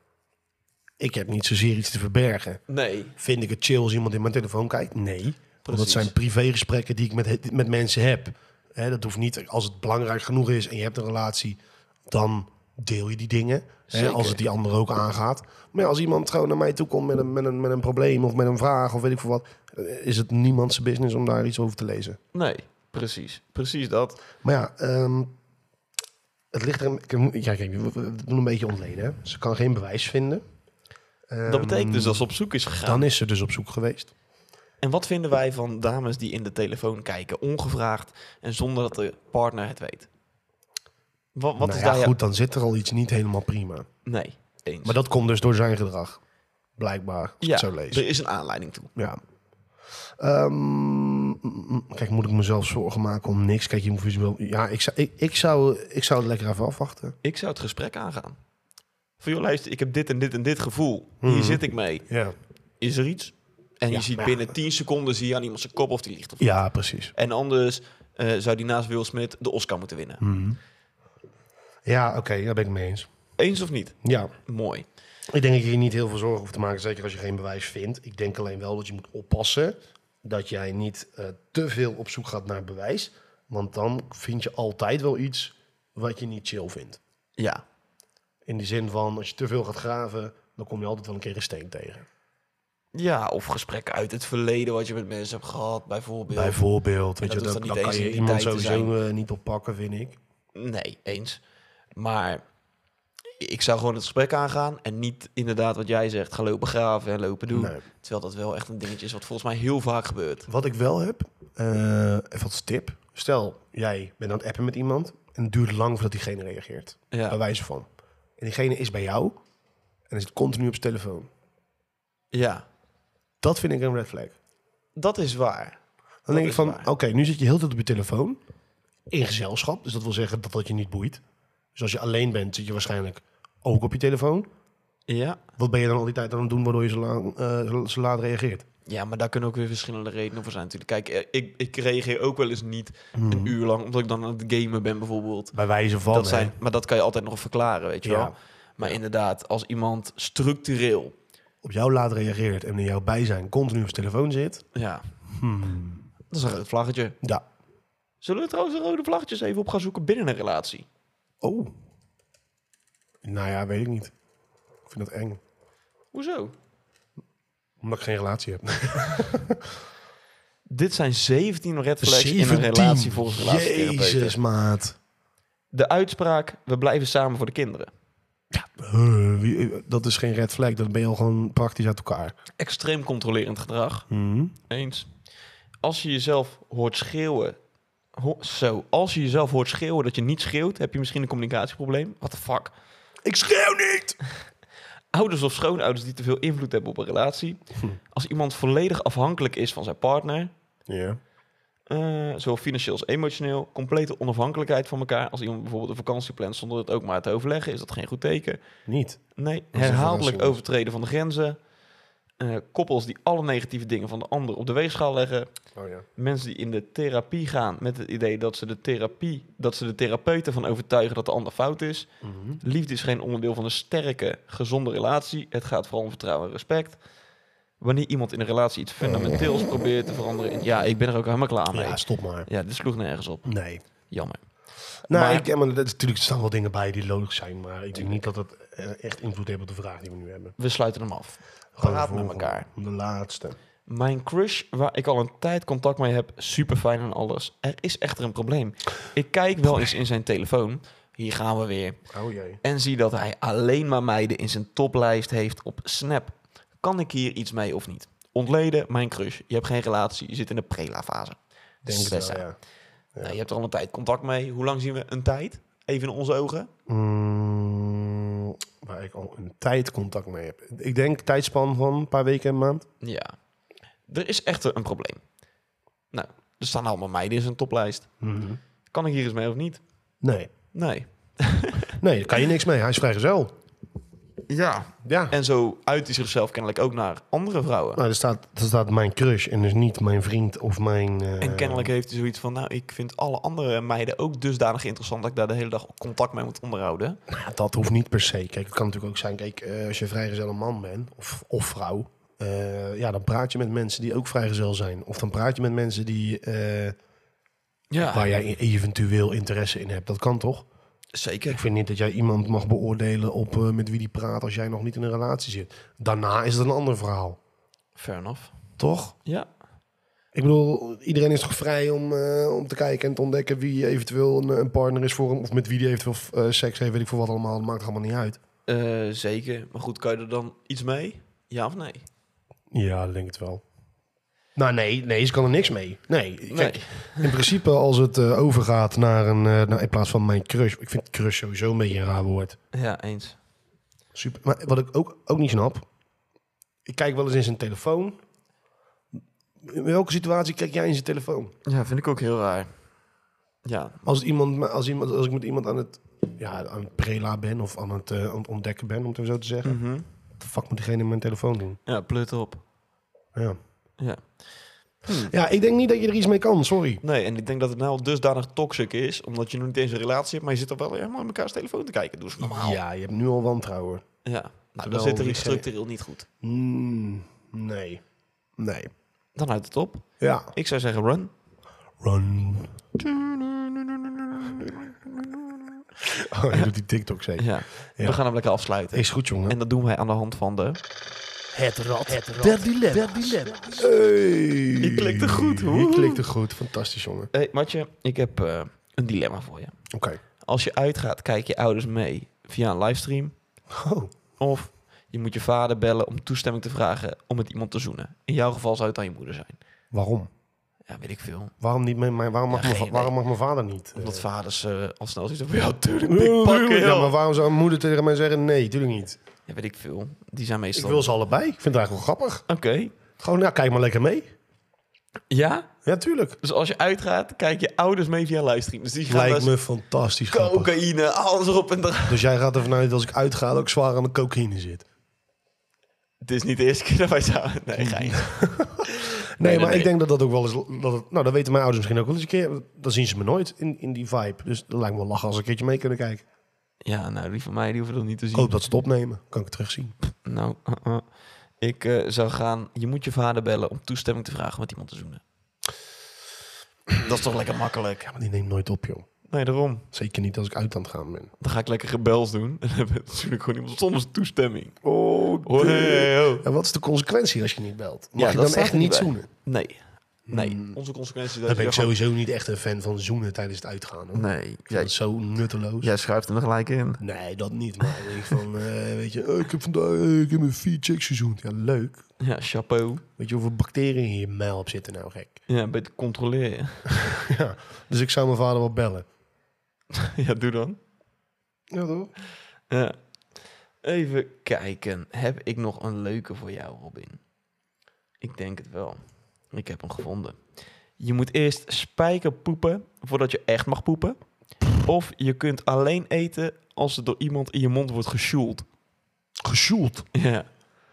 Speaker 1: ik heb niet zozeer iets te verbergen.
Speaker 2: Nee.
Speaker 1: Vind ik het chill als iemand in mijn telefoon kijkt? Nee. Want dat
Speaker 2: Precies.
Speaker 1: zijn privégesprekken die ik met, met mensen heb. Hè, dat hoeft niet, als het belangrijk genoeg is en je hebt een relatie, dan deel je die dingen. Hè,
Speaker 2: Zeker.
Speaker 1: als het die ander ook aangaat. Maar ja, als iemand gewoon naar mij toe komt met een, met, een, met een probleem of met een vraag of weet ik veel wat, eh, is het niemands business om daar iets over te lezen.
Speaker 2: Nee, precies. Precies dat.
Speaker 1: Maar ja, ehm, het ligt er... ik- Ja, kijk, we we doen een beetje ontleden. Hè? Ze kan geen bewijs vinden.
Speaker 2: Dat
Speaker 1: Ehm,
Speaker 2: betekent dus dat ze op zoek is gegaan.
Speaker 1: Dan is ze dus op zoek geweest.
Speaker 2: En wat vinden wij van dames die in de telefoon kijken, ongevraagd en zonder dat de partner het weet? Wat, wat
Speaker 1: nou
Speaker 2: is
Speaker 1: ja,
Speaker 2: daar...
Speaker 1: goed, dan zit er al iets niet helemaal prima.
Speaker 2: Nee, eens.
Speaker 1: Maar dat komt dus door zijn gedrag. Blijkbaar, als ik
Speaker 2: ja,
Speaker 1: het zo lees.
Speaker 2: er is een aanleiding toe.
Speaker 1: Ja. Ehm, mm, mm, kijk, moet ik mezelf zorgen maken om niks? Kijk, je moet visueel... Ja, ik zou, ik, ik, zou, ik zou het lekker even afwachten.
Speaker 2: Ik zou het gesprek aangaan. Van joh, luister, ik heb dit en dit en dit gevoel.
Speaker 1: Mhm.
Speaker 2: Hier zit ik mee.
Speaker 1: Ja,
Speaker 2: Is er iets? En
Speaker 1: Ja,
Speaker 2: je ziet
Speaker 1: maar ja.
Speaker 2: binnen tien seconden zie je aan iemand zijn kop of die ligt of niet.
Speaker 1: ja precies.
Speaker 2: En anders eh, zou die naast Will Smith de Oscar moeten winnen.
Speaker 1: Mhm. Ja, oké, daar ben ik mee eens.
Speaker 2: Eens of niet?
Speaker 1: Ja,
Speaker 2: Mooi.
Speaker 1: ik denk dat je hier niet heel veel zorgen hoeft te maken. Zeker als je geen bewijs vindt. Ik denk alleen wel dat je moet oppassen dat jij niet eh, te veel op zoek gaat naar bewijs. Want dan vind je altijd wel iets wat je niet chill vindt.
Speaker 2: Ja.
Speaker 1: In die zin van, als je te veel gaat graven, dan kom je altijd wel een keer een steen tegen.
Speaker 2: Ja, of gesprekken uit het verleden wat je met mensen hebt gehad, bijvoorbeeld.
Speaker 1: Bijvoorbeeld, weet
Speaker 2: dat
Speaker 1: je,
Speaker 2: hoeft
Speaker 1: dat,
Speaker 2: dan
Speaker 1: dan
Speaker 2: niet
Speaker 1: kan
Speaker 2: eens
Speaker 1: je
Speaker 2: in die
Speaker 1: iemand
Speaker 2: tijd te
Speaker 1: sowieso eh, niet oppakken, vind ik.
Speaker 2: Nee, eens. Maar ik zou gewoon het gesprek aangaan en niet inderdaad wat jij zegt, gaan lopen graven en lopen doen.
Speaker 1: Nee.
Speaker 2: Terwijl dat wel echt een dingetje is wat volgens mij heel vaak gebeurt.
Speaker 1: Wat ik wel heb, eh even als tip. Stel, jij bent aan het appen met iemand en het duurt lang voordat diegene reageert. Bij
Speaker 2: Ja,
Speaker 1: wijze van. En diegene is bij jou en is het continu op zijn telefoon.
Speaker 2: ja,
Speaker 1: Dat vind ik een red flag.
Speaker 2: dat is waar.
Speaker 1: Dan
Speaker 2: Dat
Speaker 1: denk ik
Speaker 2: is
Speaker 1: van,
Speaker 2: waar.
Speaker 1: oké, nu zit je heel de tijd op je telefoon. In gezelschap. Dus dat wil zeggen dat dat je niet boeit. Dus als je alleen bent, zit je waarschijnlijk ook op je telefoon.
Speaker 2: Ja.
Speaker 1: Wat ben je dan al die tijd aan het doen waardoor je zo, lang, eh, zo laat reageert?
Speaker 2: Ja, maar daar kunnen ook weer verschillende redenen voor zijn natuurlijk. Kijk, eh, ik, ik reageer ook wel eens niet
Speaker 1: Hmm.
Speaker 2: een uur lang, omdat ik dan aan het gamen ben bijvoorbeeld.
Speaker 1: Bij wijze van.
Speaker 2: Dat
Speaker 1: hè.
Speaker 2: zijn, maar dat kan je altijd nog verklaren, weet je
Speaker 1: Ja.
Speaker 2: wel. Maar inderdaad, als iemand structureel...
Speaker 1: Op jou laat reageert en in jouw bijzijn continu op zijn telefoon zit.
Speaker 2: Ja,
Speaker 1: Hmm.
Speaker 2: dat is een rood vlaggetje.
Speaker 1: Ja.
Speaker 2: Zullen we trouwens de rode vlaggetjes even op gaan zoeken binnen een relatie?
Speaker 1: Oh. Nou ja, weet ik niet. Ik vind dat eng.
Speaker 2: Hoezo?
Speaker 1: Omdat ik geen relatie heb.
Speaker 2: Dit zijn zeventien red flags in een
Speaker 1: zeventien
Speaker 2: relatie volgens relatietherapeuten.
Speaker 1: Jezus, maat.
Speaker 2: De uitspraak, we blijven samen voor de kinderen.
Speaker 1: Uh, wie, dat is geen red flag. Dan ben je al gewoon praktisch uit elkaar.
Speaker 2: Extreem controlerend gedrag.
Speaker 1: Mm-hmm.
Speaker 2: Eens. Als je jezelf hoort schreeuwen... Ho- zo, als je jezelf hoort schreeuwen dat je niet schreeuwt... heb je misschien een communicatieprobleem. What the fuck?
Speaker 1: Ik schreeuw niet!
Speaker 2: Ouders of schoonouders die te veel invloed hebben op een relatie.
Speaker 1: Hm.
Speaker 2: Als iemand volledig afhankelijk is van zijn partner...
Speaker 1: Ja.
Speaker 2: Uh, zowel financieel als emotioneel. Complete onafhankelijkheid van elkaar. Als iemand bijvoorbeeld een vakantie plant zonder het ook maar te overleggen... is dat geen goed teken.
Speaker 1: Niet.
Speaker 2: Nee,
Speaker 1: is een
Speaker 2: herhaaldelijk
Speaker 1: verrassing.
Speaker 2: overtreden van de grenzen. Uh, koppels die alle negatieve dingen van de ander op de weegschaal leggen.
Speaker 1: Oh ja.
Speaker 2: Mensen die in de therapie gaan met het idee dat ze de therapie, dat ze de therapeut ervan overtuigen dat de ander fout is.
Speaker 1: Mm-hmm.
Speaker 2: Liefde is geen onderdeel van een sterke, gezonde relatie. Het gaat vooral om vertrouwen en respect. Wanneer iemand in een relatie iets fundamenteels probeert te veranderen... In, ja, ik ben er ook helemaal klaar mee.
Speaker 1: Ja, stop maar.
Speaker 2: Ja, dit sloeg nergens op.
Speaker 1: Nee.
Speaker 2: Jammer.
Speaker 1: Nou,
Speaker 2: Maar-
Speaker 1: ik, ja, maar dat is, natuurlijk er staan wel dingen bij die logisch zijn, maar ik denk niet dat het eh, echt invloed heeft op de vraag die we nu hebben.
Speaker 2: We sluiten hem af.
Speaker 1: Gewoon
Speaker 2: Praat
Speaker 1: de
Speaker 2: met
Speaker 1: volgende.
Speaker 2: elkaar.
Speaker 1: De laatste.
Speaker 2: Mijn crush, waar ik al een tijd contact mee heb, super fijn en alles. Er is echter een probleem. Ik kijk wel eens in zijn telefoon. Hier gaan we weer.
Speaker 1: Oh jee.
Speaker 2: En zie dat hij alleen maar meiden in zijn toplijst heeft op Snap. Kan ik hier iets mee of niet? Ontleden, mijn crush. Je hebt geen relatie, je zit in de prela-fase.
Speaker 1: Denk het
Speaker 2: Zes
Speaker 1: wel,
Speaker 2: jaar.
Speaker 1: ja. Ja.
Speaker 2: Nou, je hebt er al een tijd contact mee. Hoe lang zien we een tijd? Even in onze ogen.
Speaker 1: Mm, waar ik al een tijd contact mee heb. Ik denk tijdspan van een paar weken, een maand.
Speaker 2: Ja. Er is echter een probleem. Nou, er staan allemaal meiden in zijn toplijst.
Speaker 1: Mm-hmm.
Speaker 2: Kan ik hier eens mee of niet?
Speaker 1: Nee.
Speaker 2: Nee.
Speaker 1: Nee, daar kan je niks mee. Hij is vrijgezel.
Speaker 2: Ja.
Speaker 1: Ja.
Speaker 2: En zo uit hij zichzelf kennelijk ook naar andere vrouwen.
Speaker 1: Nou, er staat, er staat mijn crush en dus niet mijn vriend of mijn... eh,
Speaker 2: En kennelijk heeft hij zoiets van... nou, ik vind alle andere meiden ook dusdanig interessant... dat ik daar de hele dag contact mee moet onderhouden.
Speaker 1: Nou, dat hoeft niet per se. Kijk, het kan natuurlijk ook zijn... Kijk, eh, als je vrijgezel man bent of, of vrouw... eh, ja, dan praat je met mensen die ook vrijgezel zijn. Of dan praat je met mensen die, eh,
Speaker 2: Ja,
Speaker 1: waar jij eventueel interesse in hebt. Dat kan toch?
Speaker 2: zeker.
Speaker 1: Ik vind niet dat jij iemand mag beoordelen op eh, met wie die praat... als jij nog niet in een relatie zit. Daarna is het een ander verhaal.
Speaker 2: Fair enough.
Speaker 1: Toch?
Speaker 2: Ja.
Speaker 1: Ik bedoel, iedereen is toch vrij om, eh, om te kijken en te ontdekken wie eventueel een, een partner is voor hem. Of met wie die eventueel uh, seks heeft, weet ik voor wat allemaal. Dat maakt allemaal niet uit.
Speaker 2: Uh, zeker. Maar goed, kan je er dan iets mee? Ja of nee?
Speaker 1: Ja, dat denk ik het wel. Nou nee, nee, ze kan er niks mee. Nee, kijk,
Speaker 2: Nee.
Speaker 1: in principe als het uh, overgaat naar een, uh, naar, in plaats van mijn crush. Ik vind crush sowieso een beetje een raar woord.
Speaker 2: Ja, eens.
Speaker 1: Super. Maar wat ik ook, ook niet snap. Ik kijk wel eens in zijn telefoon. In welke situatie kijk jij in zijn telefoon?
Speaker 2: Ja, vind ik ook heel raar. Ja.
Speaker 1: Als iemand, als iemand, als ik met iemand aan het, ja, aan het prela ben of aan het, uh, aan het ontdekken ben, om het even zo te zeggen.
Speaker 2: Mm-hmm.
Speaker 1: Wat de fuck moet diegene in mijn telefoon doen?
Speaker 2: Ja, plut op.
Speaker 1: Ja.
Speaker 2: Ja. Hm.
Speaker 1: Ja, ik denk niet dat je er iets mee kan, sorry.
Speaker 2: Nee, en ik denk dat het nou dusdanig toxic is, omdat je nog niet eens een relatie hebt, maar je zit er wel helemaal in mekaars telefoon te kijken. Doe eens normaal.
Speaker 1: Ja, je hebt nu al wantrouwen.
Speaker 2: Ja. Nou,
Speaker 1: Terwijl
Speaker 2: dan zit er
Speaker 1: die
Speaker 2: iets
Speaker 1: ge-
Speaker 2: structureel niet goed.
Speaker 1: Mm, nee. Nee.
Speaker 2: Dan houdt het op.
Speaker 1: Ja.
Speaker 2: Ik zou zeggen run.
Speaker 1: Run. Oh, je doet die TikTok zeker.
Speaker 2: Ja.
Speaker 1: Ja.
Speaker 2: We gaan hem lekker afsluiten.
Speaker 1: Is goed, jongen.
Speaker 2: En dat doen wij aan de hand van de...
Speaker 1: Het rad. Het rad. Der dilemma. Hey.
Speaker 2: Je klikte goed, hoor.
Speaker 1: Je klikte goed. Fantastisch, jongen.
Speaker 2: Hé, hey, Matje, ik heb uh, een dilemma voor je.
Speaker 1: Oké. Okay.
Speaker 2: Als je uitgaat, kijk je ouders mee via een livestream.
Speaker 1: Oh.
Speaker 2: Of je moet je vader bellen om toestemming te vragen om met iemand te zoenen. In jouw geval zou het dan je moeder zijn.
Speaker 1: Waarom?
Speaker 2: Ja, weet ik veel.
Speaker 1: Waarom niet mijn, mijn waarom, mag
Speaker 2: Ja,
Speaker 1: mijn,
Speaker 2: geen
Speaker 1: waarom
Speaker 2: idee.
Speaker 1: mag mijn vader niet?
Speaker 2: Omdat
Speaker 1: Uh,
Speaker 2: vaders uh, al snel zoiets van... Ja, tuurlijk,
Speaker 1: uh,
Speaker 2: big pakken,
Speaker 1: ja,
Speaker 2: ja,
Speaker 1: maar waarom zou mijn moeder tegen mij zeggen nee, tuurlijk niet?
Speaker 2: Ja, weet ik veel. Die zijn
Speaker 1: Ik
Speaker 2: meestal...
Speaker 1: wil ze allebei. Ik vind het eigenlijk wel grappig.
Speaker 2: Oké. Okay.
Speaker 1: Gewoon, ja, kijk maar lekker mee.
Speaker 2: Ja?
Speaker 1: Ja, tuurlijk.
Speaker 2: Dus als je uitgaat, kijk je ouders mee via livestream. Dus die gaan
Speaker 1: Lijkt
Speaker 2: dus
Speaker 1: me fantastisch grappig.
Speaker 2: cocaïne, alles erop en eraan.
Speaker 1: Dus jij gaat ervan uit dat als ik uitga dat ik zwaar aan de cocaïne zit?
Speaker 2: Het is niet de eerste keer dat wij samen... Nee, ga je.
Speaker 1: Nee,
Speaker 2: nee,
Speaker 1: maar
Speaker 2: nee.
Speaker 1: ik denk dat dat ook wel eens... Dat het, nou, dat weten mijn ouders misschien ook wel eens een keer. Dan zien ze me nooit in, in die vibe. Dus dat lijkt me wel lachen als ze een keertje mee kunnen kijken.
Speaker 2: Ja, nou, die van mij, die hoeven dat niet te
Speaker 1: Ik
Speaker 2: zien.
Speaker 1: hoop dat ze het opnemen. Kan ik het terugzien.
Speaker 2: Nou, uh, uh. ik uh, zou gaan... Je moet je vader bellen om toestemming te vragen om met iemand te zoenen. Dat is toch lekker makkelijk?
Speaker 1: Ja, maar die neemt nooit op, joh.
Speaker 2: Nee, daarom.
Speaker 1: Zeker niet als ik uit aan het gaan ben.
Speaker 2: Dan ga ik lekker rebels doen. En dan hebben we natuurlijk gewoon iemand zonder toestemming.
Speaker 1: Oh,
Speaker 2: Oh, hey, hey, oh.
Speaker 1: En wat is de consequentie als je niet belt? Mag
Speaker 2: Ja,
Speaker 1: je
Speaker 2: dat
Speaker 1: dan
Speaker 2: staat
Speaker 1: echt
Speaker 2: er niet
Speaker 1: niet
Speaker 2: bij.
Speaker 1: zoenen?
Speaker 2: Nee. Nee,
Speaker 1: Hmm.
Speaker 2: onze consequenties...
Speaker 1: Dan ben ik sowieso niet echt een fan van zoenen tijdens het uitgaan. Hoor.
Speaker 2: Nee,
Speaker 1: Ik vind
Speaker 2: jij,
Speaker 1: het zo nutteloos.
Speaker 2: jij schuift hem er gelijk in.
Speaker 1: Nee, dat niet. Maar ik denk van, uh, weet je, oh, ik heb vandaag uh, ik heb een vier chicks gezoend. Ja, leuk.
Speaker 2: Ja, chapeau.
Speaker 1: Weet je hoeveel bacteriën in je mijl op zitten nou, gek?
Speaker 2: Ja, beter controleren.
Speaker 1: Ja, dus ik zou mijn vader wel bellen.
Speaker 2: Ja, doe dan.
Speaker 1: Ja, toch?
Speaker 2: Ja. Even kijken. Heb ik nog een leuke voor jou, Robin? Ik denk het wel. Ik heb hem gevonden. Je moet eerst spijker poepen voordat je echt mag poepen. Of je kunt alleen eten als er door iemand in je mond wordt gesjoeld.
Speaker 1: Gesjoeld.
Speaker 2: Ja.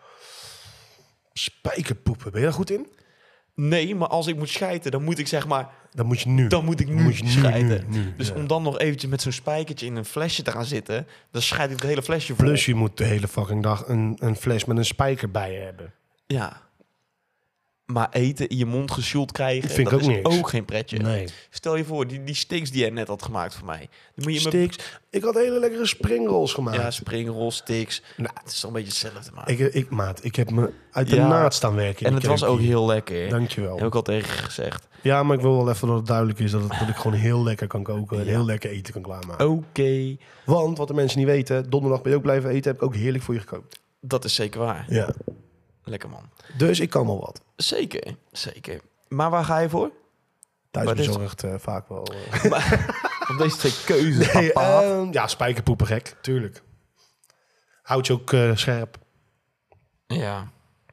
Speaker 1: Spijkerpoepen. Ben je daar goed in?
Speaker 2: Nee, maar als ik moet schijten, dan moet ik zeg maar...
Speaker 1: Dan moet je nu.
Speaker 2: Dan moet ik nu
Speaker 1: moet je nu,
Speaker 2: schijten.
Speaker 1: nu, nu,
Speaker 2: Dus
Speaker 1: ja.
Speaker 2: om dan nog eventjes met zo'n spijkertje in een flesje te gaan zitten... dan schijt ik het hele flesje vol.
Speaker 1: Plus je moet de hele fucking dag een, een fles met een spijker bij je hebben.
Speaker 2: Ja. Maar eten in je mond gesjoeld krijgen,
Speaker 1: Vind
Speaker 2: dat
Speaker 1: ik ook
Speaker 2: is
Speaker 1: niks.
Speaker 2: ook geen pretje.
Speaker 1: Nee.
Speaker 2: Stel je voor, die, die sticks die jij net had gemaakt voor mij. Die moet je met
Speaker 1: Sticks. Ik had hele lekkere springrolls gemaakt.
Speaker 2: ja, springrol, sticks.
Speaker 1: Nou,
Speaker 2: Het is toch een beetje hetzelfde, maar.
Speaker 1: ik, ik, maat, ik heb me uit de
Speaker 2: Ja.
Speaker 1: naad staan werken.
Speaker 2: En
Speaker 1: in
Speaker 2: het
Speaker 1: de
Speaker 2: was
Speaker 1: keuken
Speaker 2: ook
Speaker 1: hier.
Speaker 2: heel lekker.
Speaker 1: Dankjewel.
Speaker 2: Heb ik al tegen je gezegd.
Speaker 1: Ja, maar ik wil wel even dat het duidelijk is dat, het, dat ik gewoon heel lekker kan koken en
Speaker 2: Ja.
Speaker 1: heel lekker eten kan klaarmaken.
Speaker 2: Oké,
Speaker 1: Want, wat de mensen niet weten, donderdag ben je ook blijven eten, heb ik ook heerlijk voor je gekookt.
Speaker 2: dat is zeker waar.
Speaker 1: Ja.
Speaker 2: Lekker man.
Speaker 1: Dus ik kan wel wat.
Speaker 2: Zeker, zeker. Maar waar ga je voor?
Speaker 1: Thuisbezorgd uh, vaak wel. Uh.
Speaker 2: Maar, op deze twee keuzes.
Speaker 1: Nee,
Speaker 2: papa.
Speaker 1: uh, ja, spijkerpoepen gek, tuurlijk. Houdt je ook uh, scherp.
Speaker 2: Ja.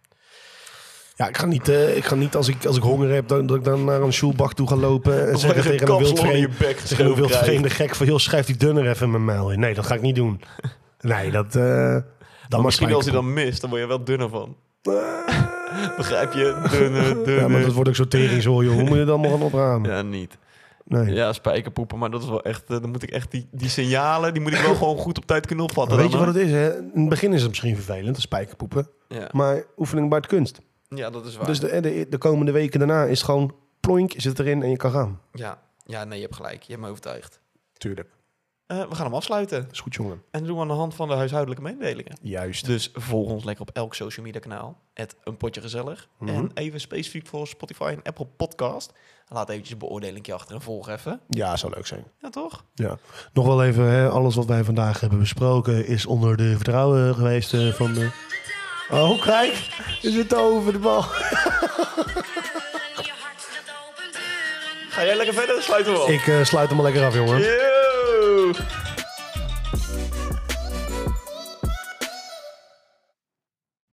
Speaker 1: Ja, ik ga niet, uh, ik ga niet als, ik, als ik honger heb, dan, dat ik dan naar een sjoelbak toe ga lopen en
Speaker 2: Of
Speaker 1: zeggen
Speaker 2: even
Speaker 1: tegen een
Speaker 2: kapsel in je
Speaker 1: wildvreemde,
Speaker 2: bek
Speaker 1: tegen een
Speaker 2: geschoven
Speaker 1: wildvreemde gek van, joh, schrijf die dunner even in mijn muil in. Nee, dat ga ik niet doen. Nee, dat... Uh, dan maar
Speaker 2: misschien als je
Speaker 1: spijkerpoep.
Speaker 2: dan mist, dan word je wel dunner van. Begrijp je? Dunner, dunner.
Speaker 1: Ja, maar dat wordt ook zo tering zo, joh. Hoe moet je dat allemaal gaan opruimen?
Speaker 2: Ja, niet.
Speaker 1: Nee.
Speaker 2: Ja, spijkerpoepen, maar dat is wel echt... Uh, dan moet ik echt die, die signalen, die moet ik wel gewoon goed op tijd kunnen opvatten.
Speaker 1: Weet je
Speaker 2: dan,
Speaker 1: wat het is, hè? In het begin is het misschien vervelend, de spijkerpoepen.
Speaker 2: Ja.
Speaker 1: Maar oefening baart kunst.
Speaker 2: Ja, dat is waar.
Speaker 1: Dus de, de, de komende weken daarna is het gewoon ploink, je zit erin en je kan gaan.
Speaker 2: Ja. ja, nee, je hebt gelijk. Je hebt me overtuigd.
Speaker 1: Tuurlijk.
Speaker 2: Uh, we gaan hem afsluiten.
Speaker 1: Dat is goed, jongen.
Speaker 2: En dat doen we aan de hand van de huishoudelijke mededelingen.
Speaker 1: Juist.
Speaker 2: Dus volg ons lekker op elk social media kanaal. Het een potje gezellig.
Speaker 1: Mhm.
Speaker 2: En even specifiek voor Spotify en Apple Podcast. Laat eventjes een beoordeling achter en volg even.
Speaker 1: Ja, zou leuk zijn.
Speaker 2: Ja, toch?
Speaker 1: Ja. Nog wel even, hè, alles wat wij vandaag hebben besproken is onder de vertrouwen geweest uh, van de... Oh, kijk. Je zit over de bal.
Speaker 2: Ga jij lekker verder? Sluiten we op.
Speaker 1: Ik uh, sluit hem maar lekker af, jongen.
Speaker 2: Yo!